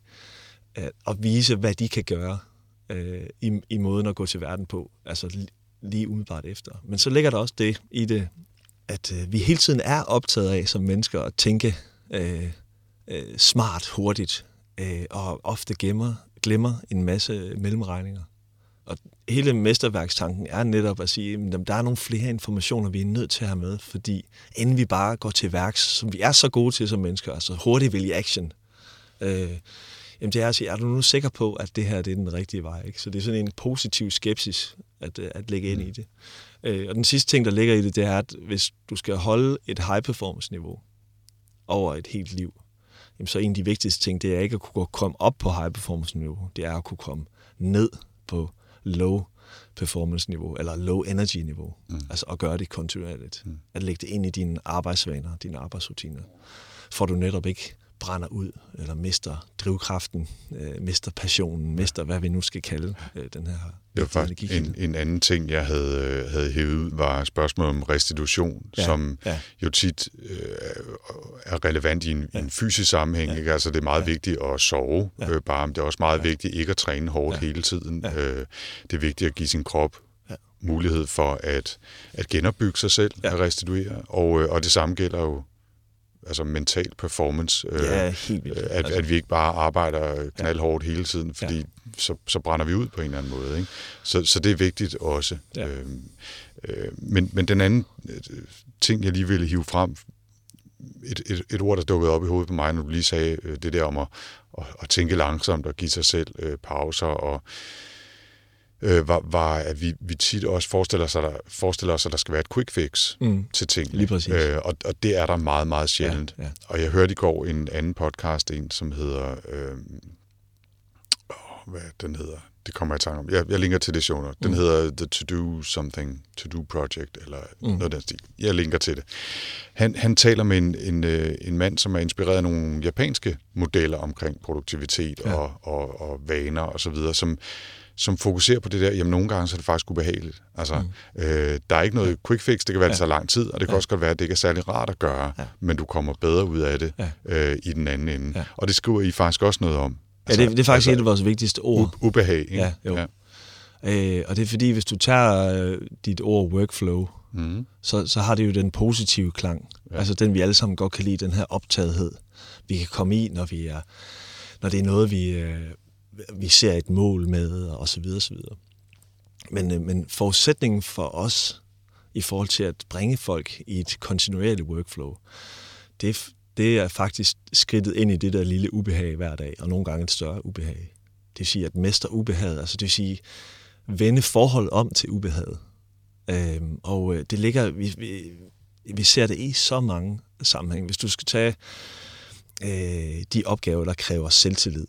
og vise, hvad de kan gøre øh, i, i måden at gå til verden på, altså lige umiddelbart efter. Men så ligger der også det i det, at øh, vi hele tiden er optaget af som mennesker at tænke øh, øh, smart, hurtigt, øh, og ofte gemmer, glemmer en masse mellemregninger. Og hele mesterværkstanken er netop at sige, at der er nogle flere informationer, vi er nødt til at have med, fordi inden vi bare går til værks, som vi er så gode til som mennesker, altså hurtigt vil i action, øh, jamen det er at sige, er du nu sikker på, at det her det er den rigtige vej? Ikke? Så det er sådan en positiv skepsis at, at lægge ind i det. Øh, og den sidste ting, der ligger i det, det er, at hvis du skal holde et high-performance-niveau over et helt liv, jamen så en af de vigtigste ting, det er ikke at kunne komme op på high-performance-niveau, det er at kunne komme ned på low performance-niveau, eller low energy-niveau. Mm. Altså at gøre det kontinuerligt. Mm. At lægge det ind i dine arbejdsvaner, dine arbejdsrutiner. For du netop ikke brænder ud, eller mister drivkraften, øh, mister passionen, mister hvad vi nu skal kalde øh, den her det var faktisk en, en anden ting, jeg havde, havde hævet ud, var spørgsmålet om restitution, ja, som ja. jo tit øh, er relevant i en, ja. en fysisk sammenhæng. Ja. Ikke? Altså det er meget ja. vigtigt at sove, ja. øh, bare, men det er også meget ja. vigtigt ikke at træne hårdt ja. hele tiden. Ja. Øh, det er vigtigt at give sin krop ja. mulighed for at, at genopbygge sig selv, ja. at restituere, og, øh, og det samme gælder jo altså mental performance, øh, ja, helt vildt. At, altså, at vi ikke bare arbejder knaldhårdt ja. hele tiden, fordi ja. så, så brænder vi ud på en eller anden måde. Ikke? Så, så det er vigtigt også. Ja. Øh, øh, men, men den anden ting, jeg lige ville hive frem, et, et, et ord, der dukkede op i hovedet på mig, når du lige sagde øh, det der om at, at, at tænke langsomt og give sig selv øh, pauser og Øh, var, var, at vi, vi tit også forestiller, sig, der, forestiller os, at der skal være et quick fix mm. til ting. Lige præcis. Øh, og, og det er der meget, meget sjældent. Ja, ja. Og jeg hørte i går en anden podcast, en som hedder... Øh, åh, hvad den hedder? Det kommer jeg i tanke om. Jeg, jeg linker til det show notes. Den mm. hedder The To Do Something, To Do Project, eller mm. noget af den stil. Jeg linker til det. Han, han taler med en, en, en mand, som er inspireret af nogle japanske modeller omkring produktivitet ja. og, og, og vaner og så videre, som som fokuserer på det der, jamen nogle gange så er det faktisk ubehageligt. Altså, mm. øh, der er ikke noget quick fix, det kan være, det tager lang tid, og det kan ja. også godt være, at det ikke er særlig rart at gøre, ja. men du kommer bedre ud af det ja. øh, i den anden ende. Ja. Og det skriver I faktisk også noget om. Altså, ja, det, det er faktisk altså, et af vores vigtigste ord. U- ubehag, ikke? Ja, jo. Ja. Øh, og det er fordi, hvis du tager øh, dit ord workflow, mm. så, så har det jo den positive klang. Ja. Altså den, vi alle sammen godt kan lide, den her optagethed, vi kan komme i, når, vi er, når det er noget, vi, øh, vi ser et mål med, og så videre, så videre. Men, øh, men forudsætningen for os, i forhold til at bringe folk i et kontinuerligt workflow, det, det er faktisk skridtet ind i det der lille ubehag hver dag, og nogle gange et større ubehag. Det vil sige, at mestre ubehaget, altså det vil sige, vende forhold om til ubehaget. Øhm, og det ligger, vi, vi, vi ser det i så mange sammenhænge. Hvis du skal tage øh, de opgaver, der kræver selvtillid,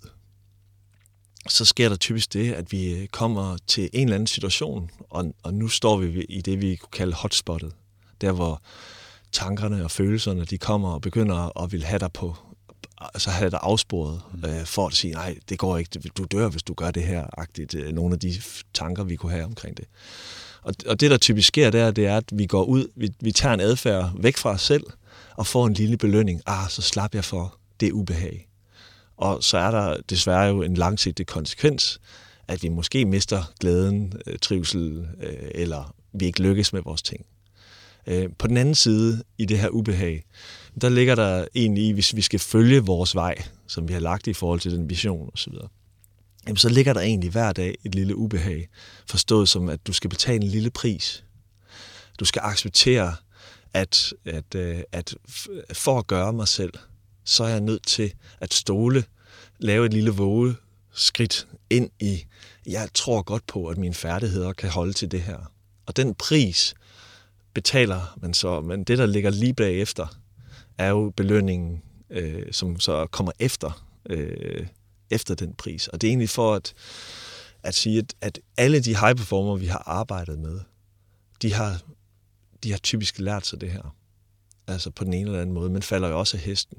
så sker der typisk det, at vi kommer til en eller anden situation, og, og nu står vi i det, vi kunne kalde hotspottet. Der, hvor tankerne og følelserne, de kommer og begynder at vil have dig på, altså have dig afsporet, mm. øh, for at sige, nej, det går ikke, du dør, hvis du gør det her, agtigt, nogle af de tanker, vi kunne have omkring det. Og, og det, der typisk sker der, det er, at vi går ud, vi, vi tager en adfærd væk fra os selv, og får en lille belønning. Ah, så slap jeg for det ubehag. Og så er der desværre jo en langsigtet konsekvens, at vi måske mister glæden, trivsel, øh, eller vi ikke lykkes med vores ting. Øh, på den anden side, i det her ubehag, der ligger der egentlig i, hvis vi skal følge vores vej, som vi har lagt i forhold til den vision osv., jamen så ligger der egentlig hver dag et lille ubehag, forstået som, at du skal betale en lille pris. Du skal acceptere, at, at, at for at gøre mig selv, så er jeg nødt til at stole, lave et lille vågeskridt ind i, jeg tror godt på, at mine færdigheder kan holde til det her. Og den pris betaler man så, men det, der ligger lige bagefter, er jo belønningen, øh, som så kommer efter, øh, efter den pris. Og det er egentlig for at, at sige, at, at alle de high performer, vi har arbejdet med, de har, de har typisk lært sig det her. Altså på den ene eller anden måde, men falder jo også af hesten.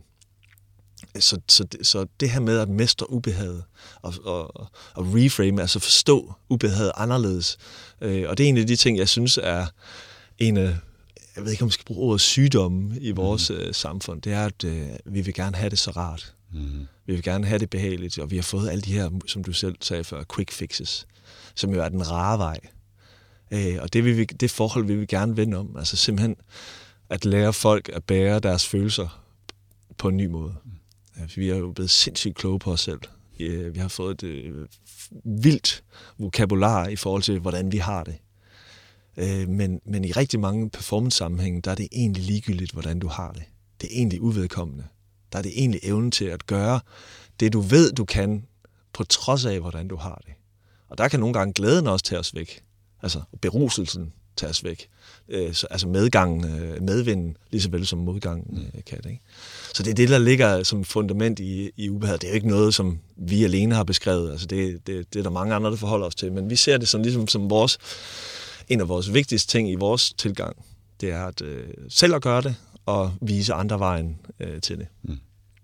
Så, så, så det her med at mestre ubehaget og, og, og reframe, altså forstå ubehaget anderledes. Øh, og det er en af de ting, jeg synes er en af, jeg ved ikke, om vi skal bruge ordet sygdomme i vores mm. øh, samfund, det er, at øh, vi vil gerne have det så rart. Mm. Vi vil gerne have det behageligt, og vi har fået alle de her, som du selv sagde før, quick fixes, som jo er den rare vej. Øh, og det, vil vi, det forhold vil vi gerne vende om. Altså simpelthen at lære folk at bære deres følelser på en ny måde. Mm. Vi er jo blevet sindssygt kloge på os selv. Vi har fået et øh, vildt vokabular i forhold til, hvordan vi har det. Øh, men, men i rigtig mange performance-sammenhænge, der er det egentlig ligegyldigt, hvordan du har det. Det er egentlig uvedkommende. Der er det egentlig evnen til at gøre det, du ved, du kan, på trods af, hvordan du har det. Og der kan nogle gange glæden også tage os væk. Altså beruselsen tage os væk. Øh, så, altså medgangen, øh, medvinden, lige så vel som modgangen øh, kan det. Ikke? Så det er det, der ligger som fundament i, i ubehaget. Det er jo ikke noget, som vi alene har beskrevet. Altså det, det, det er der mange andre, der forholder os til. Men vi ser det som, ligesom, som vores, en af vores vigtigste ting i vores tilgang. Det er at øh, selv at gøre det, og vise andre vejen øh, til det. Mm.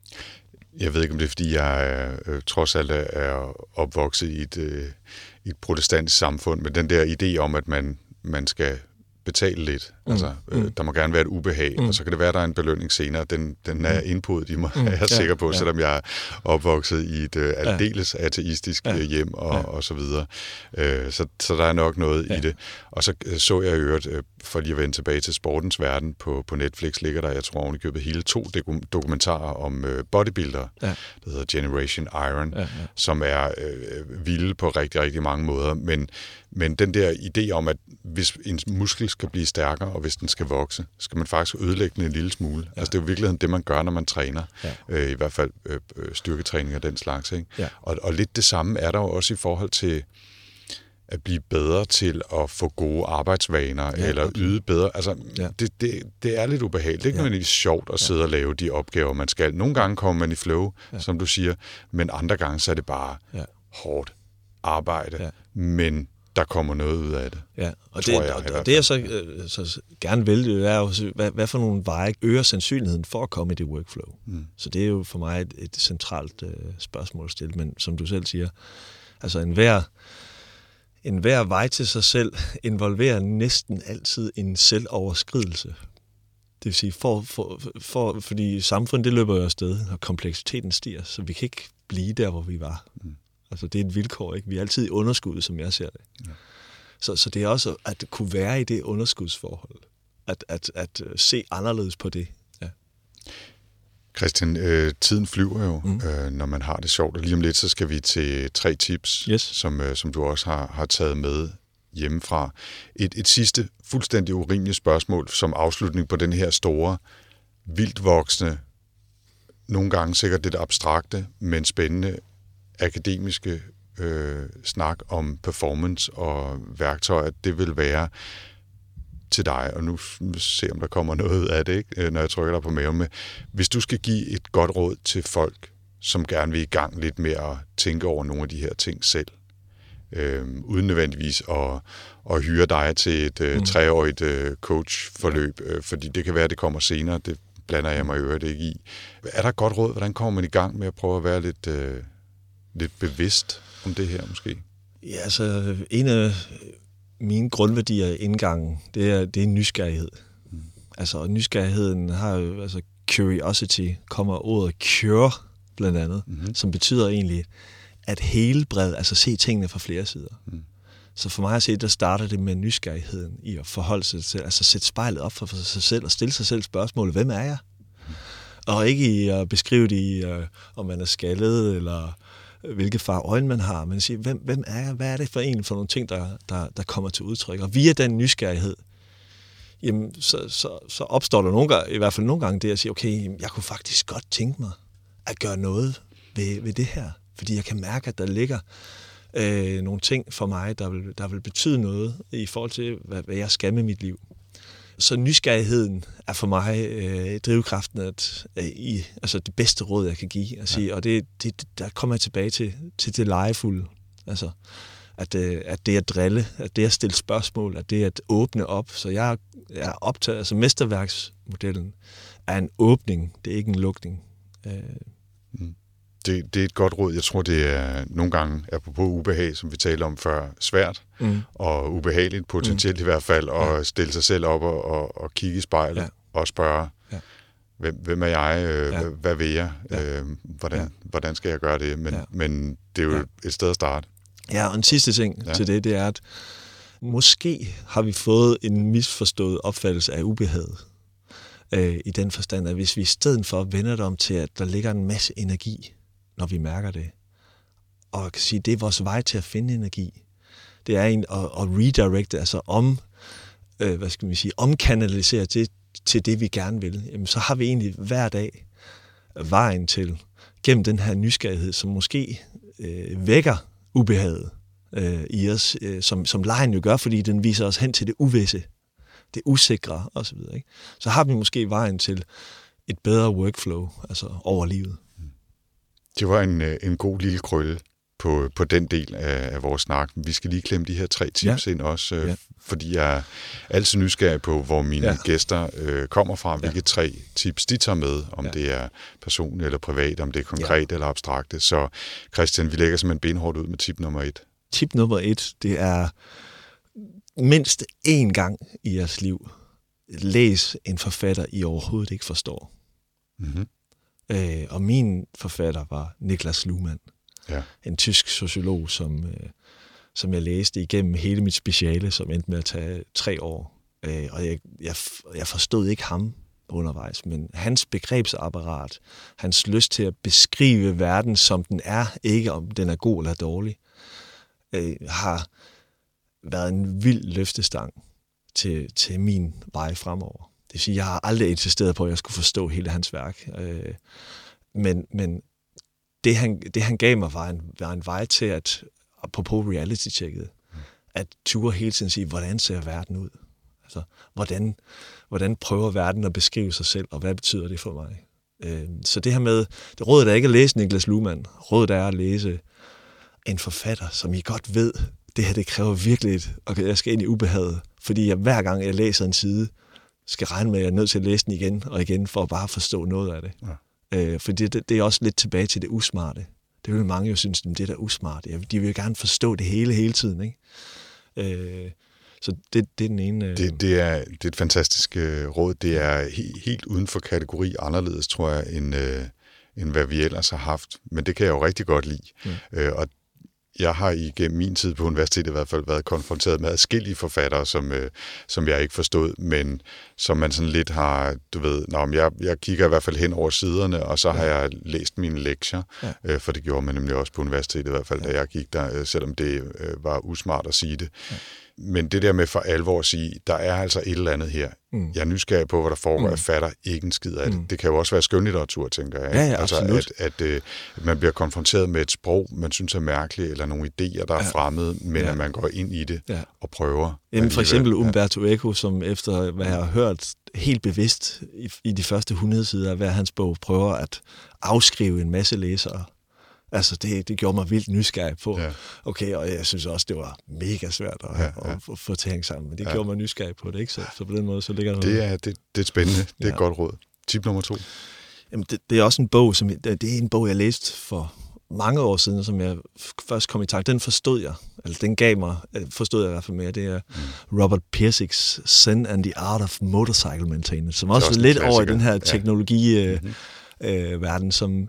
Jeg ved ikke, om det er, fordi jeg øh, trods alt er opvokset i et, øh, i et protestantisk samfund, men den der idé om, at man, man skal betale lidt. Mm. Altså, øh, der må gerne være et ubehag, mm. og så kan det være, at der er en belønning senere. Den, den er input i mig, mm. er jeg ja, sikker på, ja. Selvom jeg er opvokset i et øh, aldeles ateistisk ja. hjem og, ja. og så videre. Øh, så, så der er nok noget ja. i det. Og så øh, så jeg i øvrigt, øh, for lige at vende tilbage til sportens verden, på, på Netflix ligger der, jeg tror oven i købet, hele to dokumentarer om øh, bodybuildere, ja. der hedder Generation Iron, ja, ja. som er øh, vilde på rigtig, rigtig mange måder. Men, men den der idé om, at hvis en muskel skal blive stærkere, og hvis den skal vokse, skal man faktisk ødelægge den en lille smule. Ja. Altså det er jo virkelig det, man gør, når man træner. Ja. Øh, I hvert fald øh, styrketræning og den slags. Ikke? Ja. Og, og lidt det samme er der jo også i forhold til at blive bedre til at få gode arbejdsvaner, ja, eller okay. yde bedre. Altså, ja. det, det, det er lidt ubehageligt. Det er ikke ja. nødvendigvis sjovt at sidde ja. og lave de opgaver, man skal. Nogle gange kommer man i flow, ja. som du siger, men andre gange så er det bare ja. hårdt arbejde. Ja. Men der kommer noget ud af det. Ja, og det, jeg, og, og det jeg så, øh, så gerne vil, det er jo, hvad, hvad for nogle veje øger sandsynligheden for at komme i det workflow. Mm. Så det er jo for mig et, et centralt øh, spørgsmål at stille, men som du selv siger, altså enhver En hver vej til sig selv involverer næsten altid en selvoverskridelse. Det vil sige, for, for, for, fordi samfundet det løber jo afsted, og kompleksiteten stiger, så vi kan ikke blive der, hvor vi var. Mm. Altså, det er et vilkår, ikke? Vi er altid i underskud, som jeg ser det. Ja. Så, så det er også at kunne være i det underskudsforhold. At, at, at se anderledes på det. Ja. Christian, øh, tiden flyver jo, mm. øh, når man har det sjovt. Og lige om lidt, så skal vi til tre tips, yes. som, øh, som du også har, har taget med hjemmefra. Et, et sidste fuldstændig urimeligt spørgsmål som afslutning på den her store, vildt voksne, nogle gange sikkert lidt abstrakte, men spændende akademiske øh, snak om performance og værktøjer. Det vil være til dig, og nu se om der kommer noget af det, ikke? Når jeg trykker dig på maven med. Hvis du skal give et godt råd til folk, som gerne vil i gang lidt med at tænke over nogle af de her ting selv, øh, uden nødvendigvis at, at hyre dig til et øh, mm. treårigt øh, coachforløb, øh, fordi det kan være, at det kommer senere, det blander jeg mig i øvrigt ikke i. Er der et godt råd? Hvordan kommer man i gang med at prøve at være lidt, øh, lidt bevidst om det her måske? Ja, altså en af mine grundværdier i indgangen, det er, det er nysgerrighed. Mm. Altså nysgerrigheden har jo, altså curiosity, kommer ordet cure blandt andet, mm-hmm. som betyder egentlig at helbrede, altså se tingene fra flere sider. Mm. Så for mig at se, der starter det med nysgerrigheden i at forholde sig til, altså sætte spejlet op for sig selv og stille sig selv spørgsmålet, hvem er jeg? Mm. Og ikke i at beskrive det i, uh, om man er skaldet, eller hvilke farve øjne man har, men sige, hvem, hvem er jeg? Hvad er det for en for nogle ting, der, der, der kommer til udtryk? Og via den nysgerrighed, jamen, så, så, så opstår der nogle gange, i hvert fald nogle gange det at sige, okay, jeg kunne faktisk godt tænke mig at gøre noget ved, ved det her, fordi jeg kan mærke, at der ligger øh, nogle ting for mig, der vil, der vil betyde noget i forhold til, hvad, hvad jeg skal med mit liv. Så nysgerrigheden er for mig øh, drivkraften, at øh, i, altså det bedste råd, jeg kan give. At sige, ja. Og det, det, der kommer jeg tilbage til, til det legefulde. Altså, at, øh, at det at drille, at det at stille spørgsmål, at det at åbne op. Så jeg er optaget, altså mesterværksmodellen er en åbning, det er ikke en lukning. Øh. Mm. Det, det er et godt råd. Jeg tror, det er nogle gange, apropos ubehag, som vi talte om før, svært mm. og ubehageligt, potentielt mm. i hvert fald, at ja. stille sig selv op og, og, og kigge i spejlet ja. og spørge, ja. hvem, hvem er jeg? Øh, ja. Hvad vil jeg? Ja. Øh, hvordan, ja. hvordan skal jeg gøre det? Men, ja. men det er jo ja. et sted at starte. Ja, og en sidste ting ja. til det, det er, at måske har vi fået en misforstået opfattelse af ubehaget. Øh, I den forstand, at hvis vi i stedet for vender det om til, at der ligger en masse energi, når vi mærker det. Og kan sige, det er vores vej til at finde energi. Det er en at, at redirecte, altså om, øh, hvad skal man sige, omkanalisere til, til det, vi gerne vil. Jamen, så har vi egentlig hver dag vejen til, gennem den her nysgerrighed, som måske øh, vækker ubehaget øh, i os, øh, som, som legen jo gør, fordi den viser os hen til det uvisse, det usikre osv. Ikke? Så har vi måske vejen til et bedre workflow, altså over livet. Det var en, en god lille krølle på, på den del af, af vores snak. Vi skal lige klemme de her tre tips ja. ind også, ja. fordi jeg er altid nysgerrig på, hvor mine ja. gæster øh, kommer fra, hvilke ja. tre tips de tager med, om ja. det er personligt eller privat, om det er konkret ja. eller abstrakte. Så Christian, vi lægger simpelthen benhårdt ud med tip nummer et. Tip nummer et, det er mindst én gang i jeres liv, læs en forfatter, I overhovedet ikke forstår. Mhm. Øh, og min forfatter var Niklas Luhmann, ja. en tysk sociolog, som, øh, som jeg læste igennem hele mit speciale, som endte med at tage tre år. Øh, og jeg, jeg, jeg forstod ikke ham undervejs, men hans begrebsapparat, hans lyst til at beskrive verden, som den er, ikke om den er god eller dårlig, øh, har været en vild løftestang til, til min vej fremover. Det vil sige, jeg har aldrig insisteret på, at jeg skulle forstå hele hans værk. Øh, men men det, han, det, han gav mig, var en, var en vej til, at, apropos reality-checket, at ture hele tiden sige, hvordan ser verden ud? Altså, hvordan, hvordan prøver verden at beskrive sig selv, og hvad betyder det for mig? Øh, så det her med, det rådet er ikke at læse Niklas Luhmann. Rådet er at læse en forfatter, som I godt ved, det her det kræver virkelig et, og jeg skal ind i ubehaget, fordi jeg, hver gang jeg læser en side, skal regne med, at jeg er nødt til at læse den igen og igen, for at bare forstå noget af det. Ja. Øh, fordi det, det er også lidt tilbage til det usmarte. Det vil mange jo synes, det er da usmart. De vil jo gerne forstå det hele, hele tiden, ikke? Øh, så det, det er den ene... Øh... Det, det, er, det er et fantastisk øh, råd. Det er he, helt uden for kategori anderledes, tror jeg, end, øh, end hvad vi ellers har haft. Men det kan jeg jo rigtig godt lide. Mm. Øh, og jeg har igennem min tid på universitetet i hvert fald været konfronteret med adskillige forfattere, som, øh, som jeg ikke forstod, men som man sådan lidt har, du ved, nå, jeg, jeg kigger i hvert fald hen over siderne, og så ja. har jeg læst mine lektier, ja. øh, for det gjorde man nemlig også på universitetet i hvert fald, ja. da jeg gik der, øh, selvom det øh, var usmart at sige det. Ja. Men det der med for alvor at sige, der er altså et eller andet her. Mm. Jeg er nysgerrig på, hvad der foregår. Mm. Jeg fatter ikke en skid af det. Mm. Det kan jo også være skønlitteratur, tænker jeg. Ja, ja, altså, at, at, at man bliver konfronteret med et sprog, man synes er mærkeligt, eller nogle idéer, der er ja. fremmede, men ja. at man går ind i det ja. og prøver. Jamen, for eksempel Umberto Eco, som efter hvad jeg har hørt helt bevidst i, i de første hundrede sider af hver hans bog, prøver at afskrive en masse læsere. Altså, det, det gjorde mig vildt nysgerrig på. Ja. Okay, og jeg synes også, det var mega svært at, ja, ja. at, at få til at hænge sammen. Men det ja. gjorde mig nysgerrig på det, ikke? Så, så på den måde, så ligger der det er, det, det er spændende. Det er ja. et godt råd. Tip nummer to. Jamen, det, det er også en bog, som det er en bog, jeg læste for mange år siden, som jeg først kom i takt. Den forstod jeg. Altså, den gav mig, forstod jeg i hvert fald mere. Det er mm. Robert Pirsig's Zen and the Art of Motorcycle Maintenance, som også er lidt over i den her teknologi-verden, ja. mm-hmm. øh, som...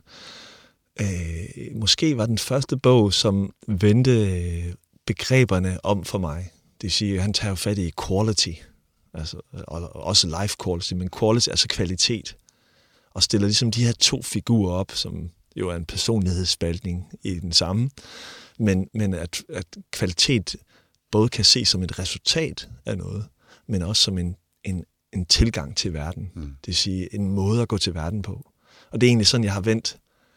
Øh, måske var den første bog, som vendte begreberne om for mig. Det vil sige, at han tager jo fat i quality, altså, og også life quality, men quality, altså kvalitet, og stiller ligesom de her to figurer op, som jo er en personlighedsspaltning i den samme, men, men at, at kvalitet både kan ses som et resultat af noget, men også som en, en, en tilgang til verden. Mm. Det vil sige, en måde at gå til verden på. Og det er egentlig sådan, jeg har vendt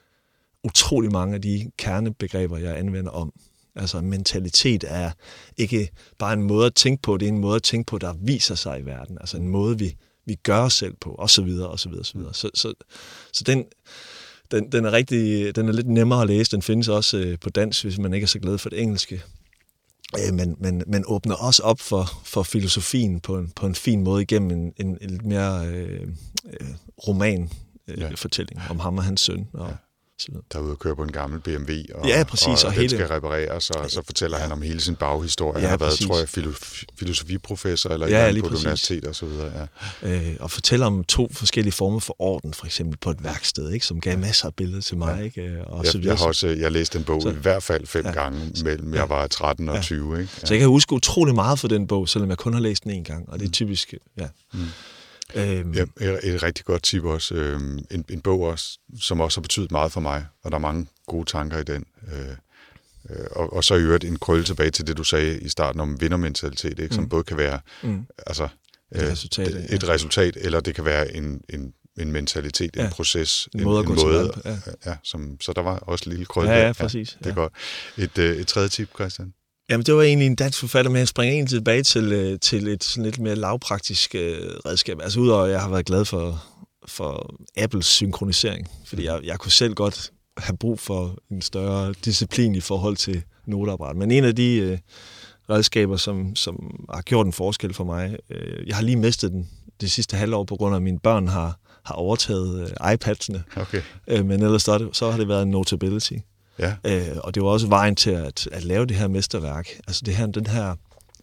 utrolig mange af de kernebegreber, jeg anvender om. Altså mentalitet er ikke bare en måde at tænke på, det er en måde at tænke på, der viser sig i verden. Altså en måde, vi, vi gør os selv på, og så videre, og så videre, og så videre. Så, så, så den, den, den, er rigtig, den er lidt nemmere at læse. Den findes også øh, på dansk, hvis man ikke er så glad for det engelske. Øh, men, men, men åbner også op for, for filosofien på en, på en fin måde igennem en, en, en lidt mere øh, øh, roman øh, ja. fortælling om ham og hans søn. Og, ja. Der er ude at køre på en gammel B M W, og, ja, præcis, og, og hele... den skal repareres, og så fortæller han om hele sin baghistorie. Ja, han har været, tror jeg, filo- filosofiprofessor eller ja, et på et universitet og så videre. Ja. Øh, og fortæller om to forskellige former for orden, for eksempel på et værksted, ikke, som gav masser af billeder til mig. Ja. Ikke? Og jeg, så jeg har også jeg læst den bog så, i hvert fald fem ja. gange, mellem jeg var tretten og tyve. Ikke? Ja. Så jeg kan huske utrolig meget for den bog, selvom jeg kun har læst den en gang, og det er typisk... Ja. Mm. Øhm. Ja, et, et rigtig godt tip også. Øhm, en, en bog også, som også har betydet meget for mig, og der er mange gode tanker i den. Øh, øh, og, og så i øvrigt en krølle tilbage til det, du sagde i starten om vindermentalitet, ikke? Som mm. både kan være mm. altså, øh, et, resultat, et, et ja. resultat, eller det kan være en, en, en mentalitet, ja. en proces, en, en måde, at en gå måde til ja. ja, som, så der var også en lille krølle. Ja, ja, præcis. Ja, det er ja. godt. Et, øh, et tredje tip, Christian? Jamen, det var egentlig en dansk forfatter, men jeg springer egentlig tilbage til, til et sådan lidt mere lavpraktisk øh, redskab. Altså udover, at jeg har været glad for, for Apples synkronisering, fordi jeg, jeg kunne selv godt have brug for en større disciplin i forhold til noteapparat. Men en af de øh, redskaber, som, som har gjort en forskel for mig, øh, jeg har lige mistet den det sidste halvår, på grund af, at mine børn har, har overtaget øh, iPads'ene. Okay. Øh, men ellers så, så har det været Notability. Ja. Øh, og det var også vejen til at, at lave det her mesterværk. Altså det her, den her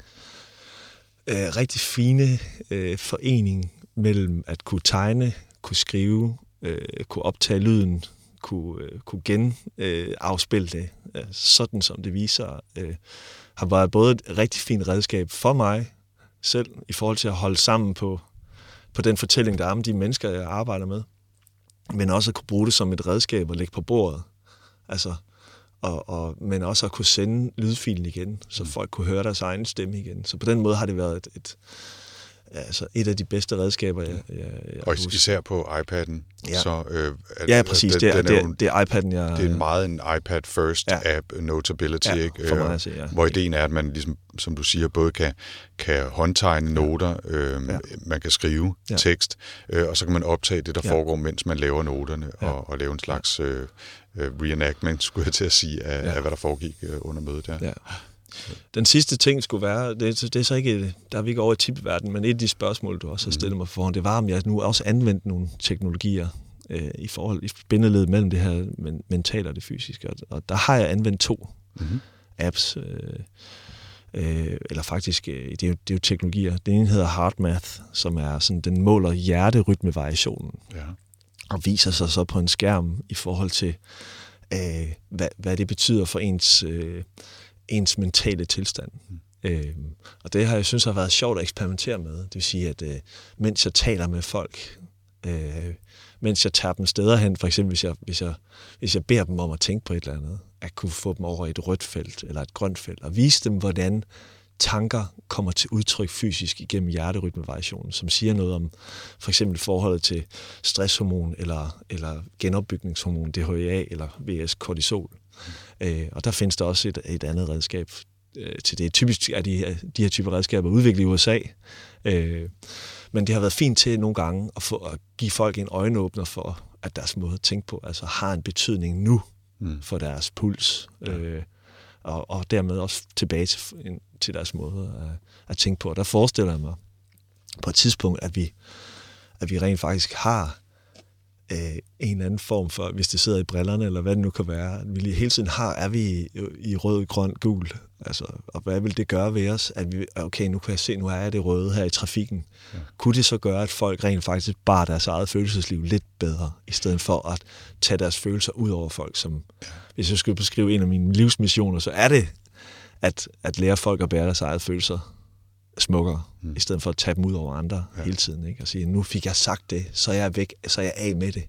øh, rigtig fine øh, forening mellem at kunne tegne, kunne skrive, øh, kunne optage lyden, kunne, øh, kunne gen øh, afspille det, øh, sådan som det viser, øh, har været både et rigtig fint redskab for mig selv, i forhold til at holde sammen på, på den fortælling, der er om de mennesker, jeg arbejder med, men også at kunne bruge det som et redskab og lægge på bordet. Altså, og, og, men også at kunne sende lydfilen igen, så folk kunne høre deres egen stemme igen. Så på den måde har det været et, et, altså et af de bedste redskaber, jeg, jeg, jeg Og især på iPad'en. Ja, så, øh, at, ja præcis. Den, det, er, den det, er jo, det er iPad'en, jeg... Det er meget en iPad first ja. app, Notability, ja, ikke? For mig at se, ja. Hvor ideen er, at man ligesom, som du siger, både kan, kan håndtegne ja. noter, øh, ja. man kan skrive ja. tekst, øh, og så kan man optage det, der ja. foregår, mens man laver noterne, ja. og, og lave en slags øh, reenactment, skulle jeg til at sige, af, ja. af hvad der foregik øh, under mødet der. Ja. Den sidste ting skulle være, det, det er så ikke, der er vi ikke over i tipverden, men et af de spørgsmål, du også har stillet mig for forhånd, det var, om jeg nu også anvendte nogle teknologier øh, i forhold i bindeled mellem det her men, mentale og det fysiske. Og, og der har jeg anvendt to mm-hmm. apps, øh, øh, eller faktisk, øh, det, er jo, det er jo teknologier. Den ene hedder HeartMath, som er sådan, den måler hjerterytmevariationen, ja. og viser sig så på en skærm i forhold til, øh, hvad, hvad det betyder for ens, øh, ens mentale tilstand. Mm. Øh, og det har jeg synes har været sjovt at eksperimentere med. Det vil sige, at øh, mens jeg taler med folk, øh, mens jeg tager dem steder hen, for eksempel hvis jeg, hvis, jeg, hvis jeg beder dem om at tænke på et eller andet, at kunne få dem over i et rødt felt eller et grønt felt, og vise dem, hvordan tanker kommer til udtryk fysisk igennem hjerterytmevariationen, som siger noget om for eksempel forholdet til stresshormon eller, eller genopbygningshormon, D H E A eller V S kortisol. Mm. Øh, og der findes der også et, et andet redskab til det. Typisk er de, de her typer redskaber udviklet i U S A, øh, men det har været fint til nogle gange at, få, at give folk en øjenåbner for, at deres måde at tænke på altså har en betydning nu mm. for deres puls, øh, og, og dermed også tilbage til, til deres måde at, at tænke på. Og der forestiller jeg mig på et tidspunkt, at vi, at vi rent faktisk har øh, en eller anden form for, hvis det sidder i brillerne, eller hvad det nu kan være, at vi hele tiden har, er vi i, i rød, grøn, gul. Altså, og hvad vil det gøre ved os, at vi, okay, nu kan jeg se, nu er jeg det røde her i trafikken. Ja. Kunne det så gøre, at folk rent faktisk bare deres eget følelsesliv lidt bedre, i stedet for at tage deres følelser ud over folk, som, ja. hvis jeg skulle beskrive en af mine livsmissioner, så er det, at, at lære folk at bære deres eget følelser smukkere, mm. i stedet for at tage dem ud over andre ja. hele tiden, ikke? Og sige, nu fik jeg sagt det, så er jeg væk, så er jeg af med det.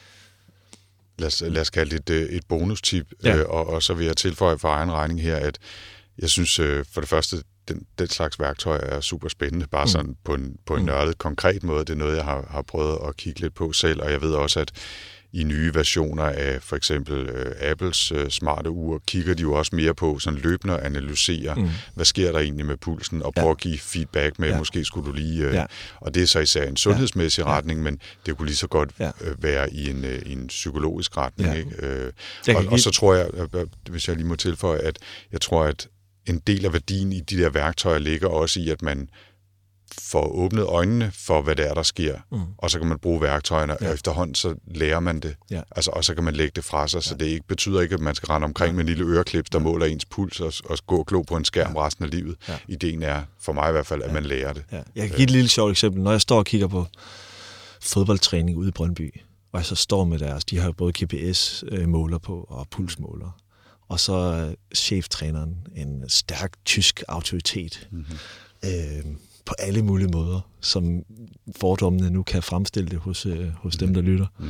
Lad os, lad os kalde det et, et bonustip, ja. øh, og, og så vil jeg tilføje for egen regning her, at jeg synes øh, for det første, den, den slags værktøj er super spændende, bare mm. sådan på en, på en nørdet, konkret måde. Det er noget, jeg har, har prøvet at kigge lidt på selv, og jeg ved også, at i nye versioner af for eksempel øh, Apples øh, smarte ure, kigger de jo også mere på sådan løbende at analysere, mm. hvad sker der egentlig med pulsen, og prøve ja. at give feedback med, ja. måske skulle du lige... Øh, ja. Og det er så især en sundhedsmæssig ja. retning, men det kunne lige så godt ja. øh, være i en, øh, i en psykologisk retning. Ja. Ikke? Øh, og, og så tror jeg, hvis jeg lige må tilføje, at jeg tror, at en del af værdien i de der værktøjer ligger også i, at man får åbnet øjnene for, hvad det er, der sker, mm. og så kan man bruge værktøjerne, ja. og efterhånden så lærer man det, ja. altså, og så kan man lægge det fra sig, ja. så det ikke betyder ikke, at man skal rende omkring ja. med en lille øreklips, der ja. måler ens puls, og, og gå og glo på en skærm ja. resten af livet. Ja. Ideen er, for mig i hvert fald, at ja. man lærer det. Ja. Jeg kan give et lille sjovt eksempel. Når jeg står og kigger på fodboldtræning ude i Brøndby, og jeg så står med deres, de har både G P S-måler på og pulsmåler, og så cheftræneren, en stærk tysk autoritet, mm-hmm. øh, på alle mulige måder, som fordommene nu kan fremstille det hos, øh, hos dem, der lytter. Mm.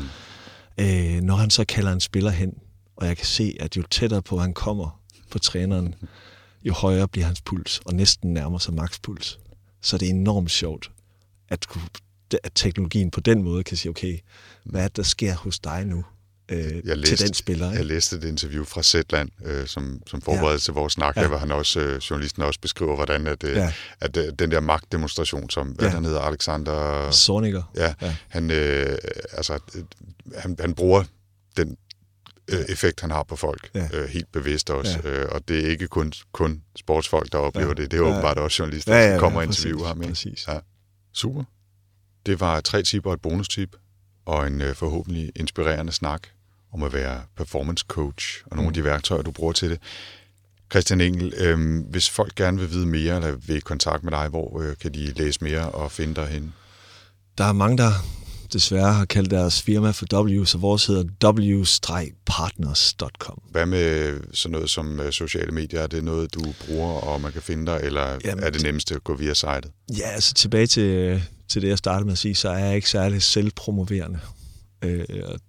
Øh, når han så kalder en spiller hen, og jeg kan se, at jo tættere på han kommer på træneren, jo højere bliver hans puls, og næsten nærmer sig makspuls. Så det er enormt sjovt, at, at teknologien på den måde kan sige, okay, hvad er det, der sker hos dig nu? Jeg læste, til den spiller, ikke? Jeg læste et interview fra Zetland, øh, som, som forberedte ja. til vores snak, ja. hvor han også, øh, journalisten også beskriver, hvordan at, øh, ja. at øh, den der magtdemonstration, som hvad ja. han hedder, Alexander Zorniger, ja, ja. Han, øh, altså, øh, han, han bruger den øh, effekt, han har på folk, ja. øh, helt bevidst også, ja. øh, og det er ikke kun, kun sportsfolk, der oplever ja. det, det er åbenbart ja. også journalister, ja, ja, ja, som kommer og interviewer ham. Præcis. Ja. Super. Det var tre tip og et bonustip, og en øh, forhåbentlig inspirerende snak om at være performance coach, og nogle mm. af de værktøjer, du bruger til det. Christian Engel, øh, hvis folk gerne vil vide mere, eller vil i kontakt med dig, hvor øh, kan de læse mere og finde dig henne? Der er mange, der desværre har kaldt deres firma for W, så vores hedder w partners punktum com. Hvad med sådan noget som uh, sociale medier? Er det noget, du bruger, og man kan finde dig, eller Jamen, er det nemmest at gå via sitet? Ja, altså tilbage til, til det, jeg startede med at sige, så er jeg ikke særlig selvpromoverende. Øh,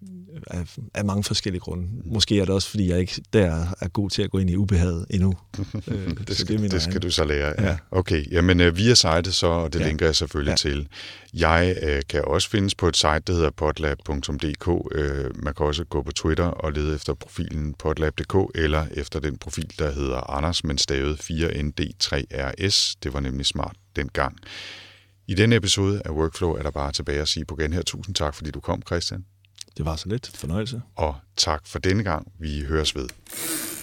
af, af mange forskellige grunde. Måske er det også, fordi jeg ikke der er god til at gå ind i ubehaget endnu. øh, det skal, det, det skal du så lære. Ja. Ja. Okay, jamen uh, via sitet så, og det ja. linker jeg selvfølgelig ja. til. Jeg uh, kan også findes på et site, der hedder podlab punktum d k. Uh, man kan også gå på Twitter og lede efter profilen podlab punktum d k, eller efter den profil, der hedder Anders, men stavet fire N D tre R S. Det var nemlig smart dengang. I denne episode af Workflow er der bare tilbage at sige på genhør. Tusind tak, fordi du kom, Christian. Det var så lidt. Fornøjelse. Og tak for denne gang. Vi høres ved.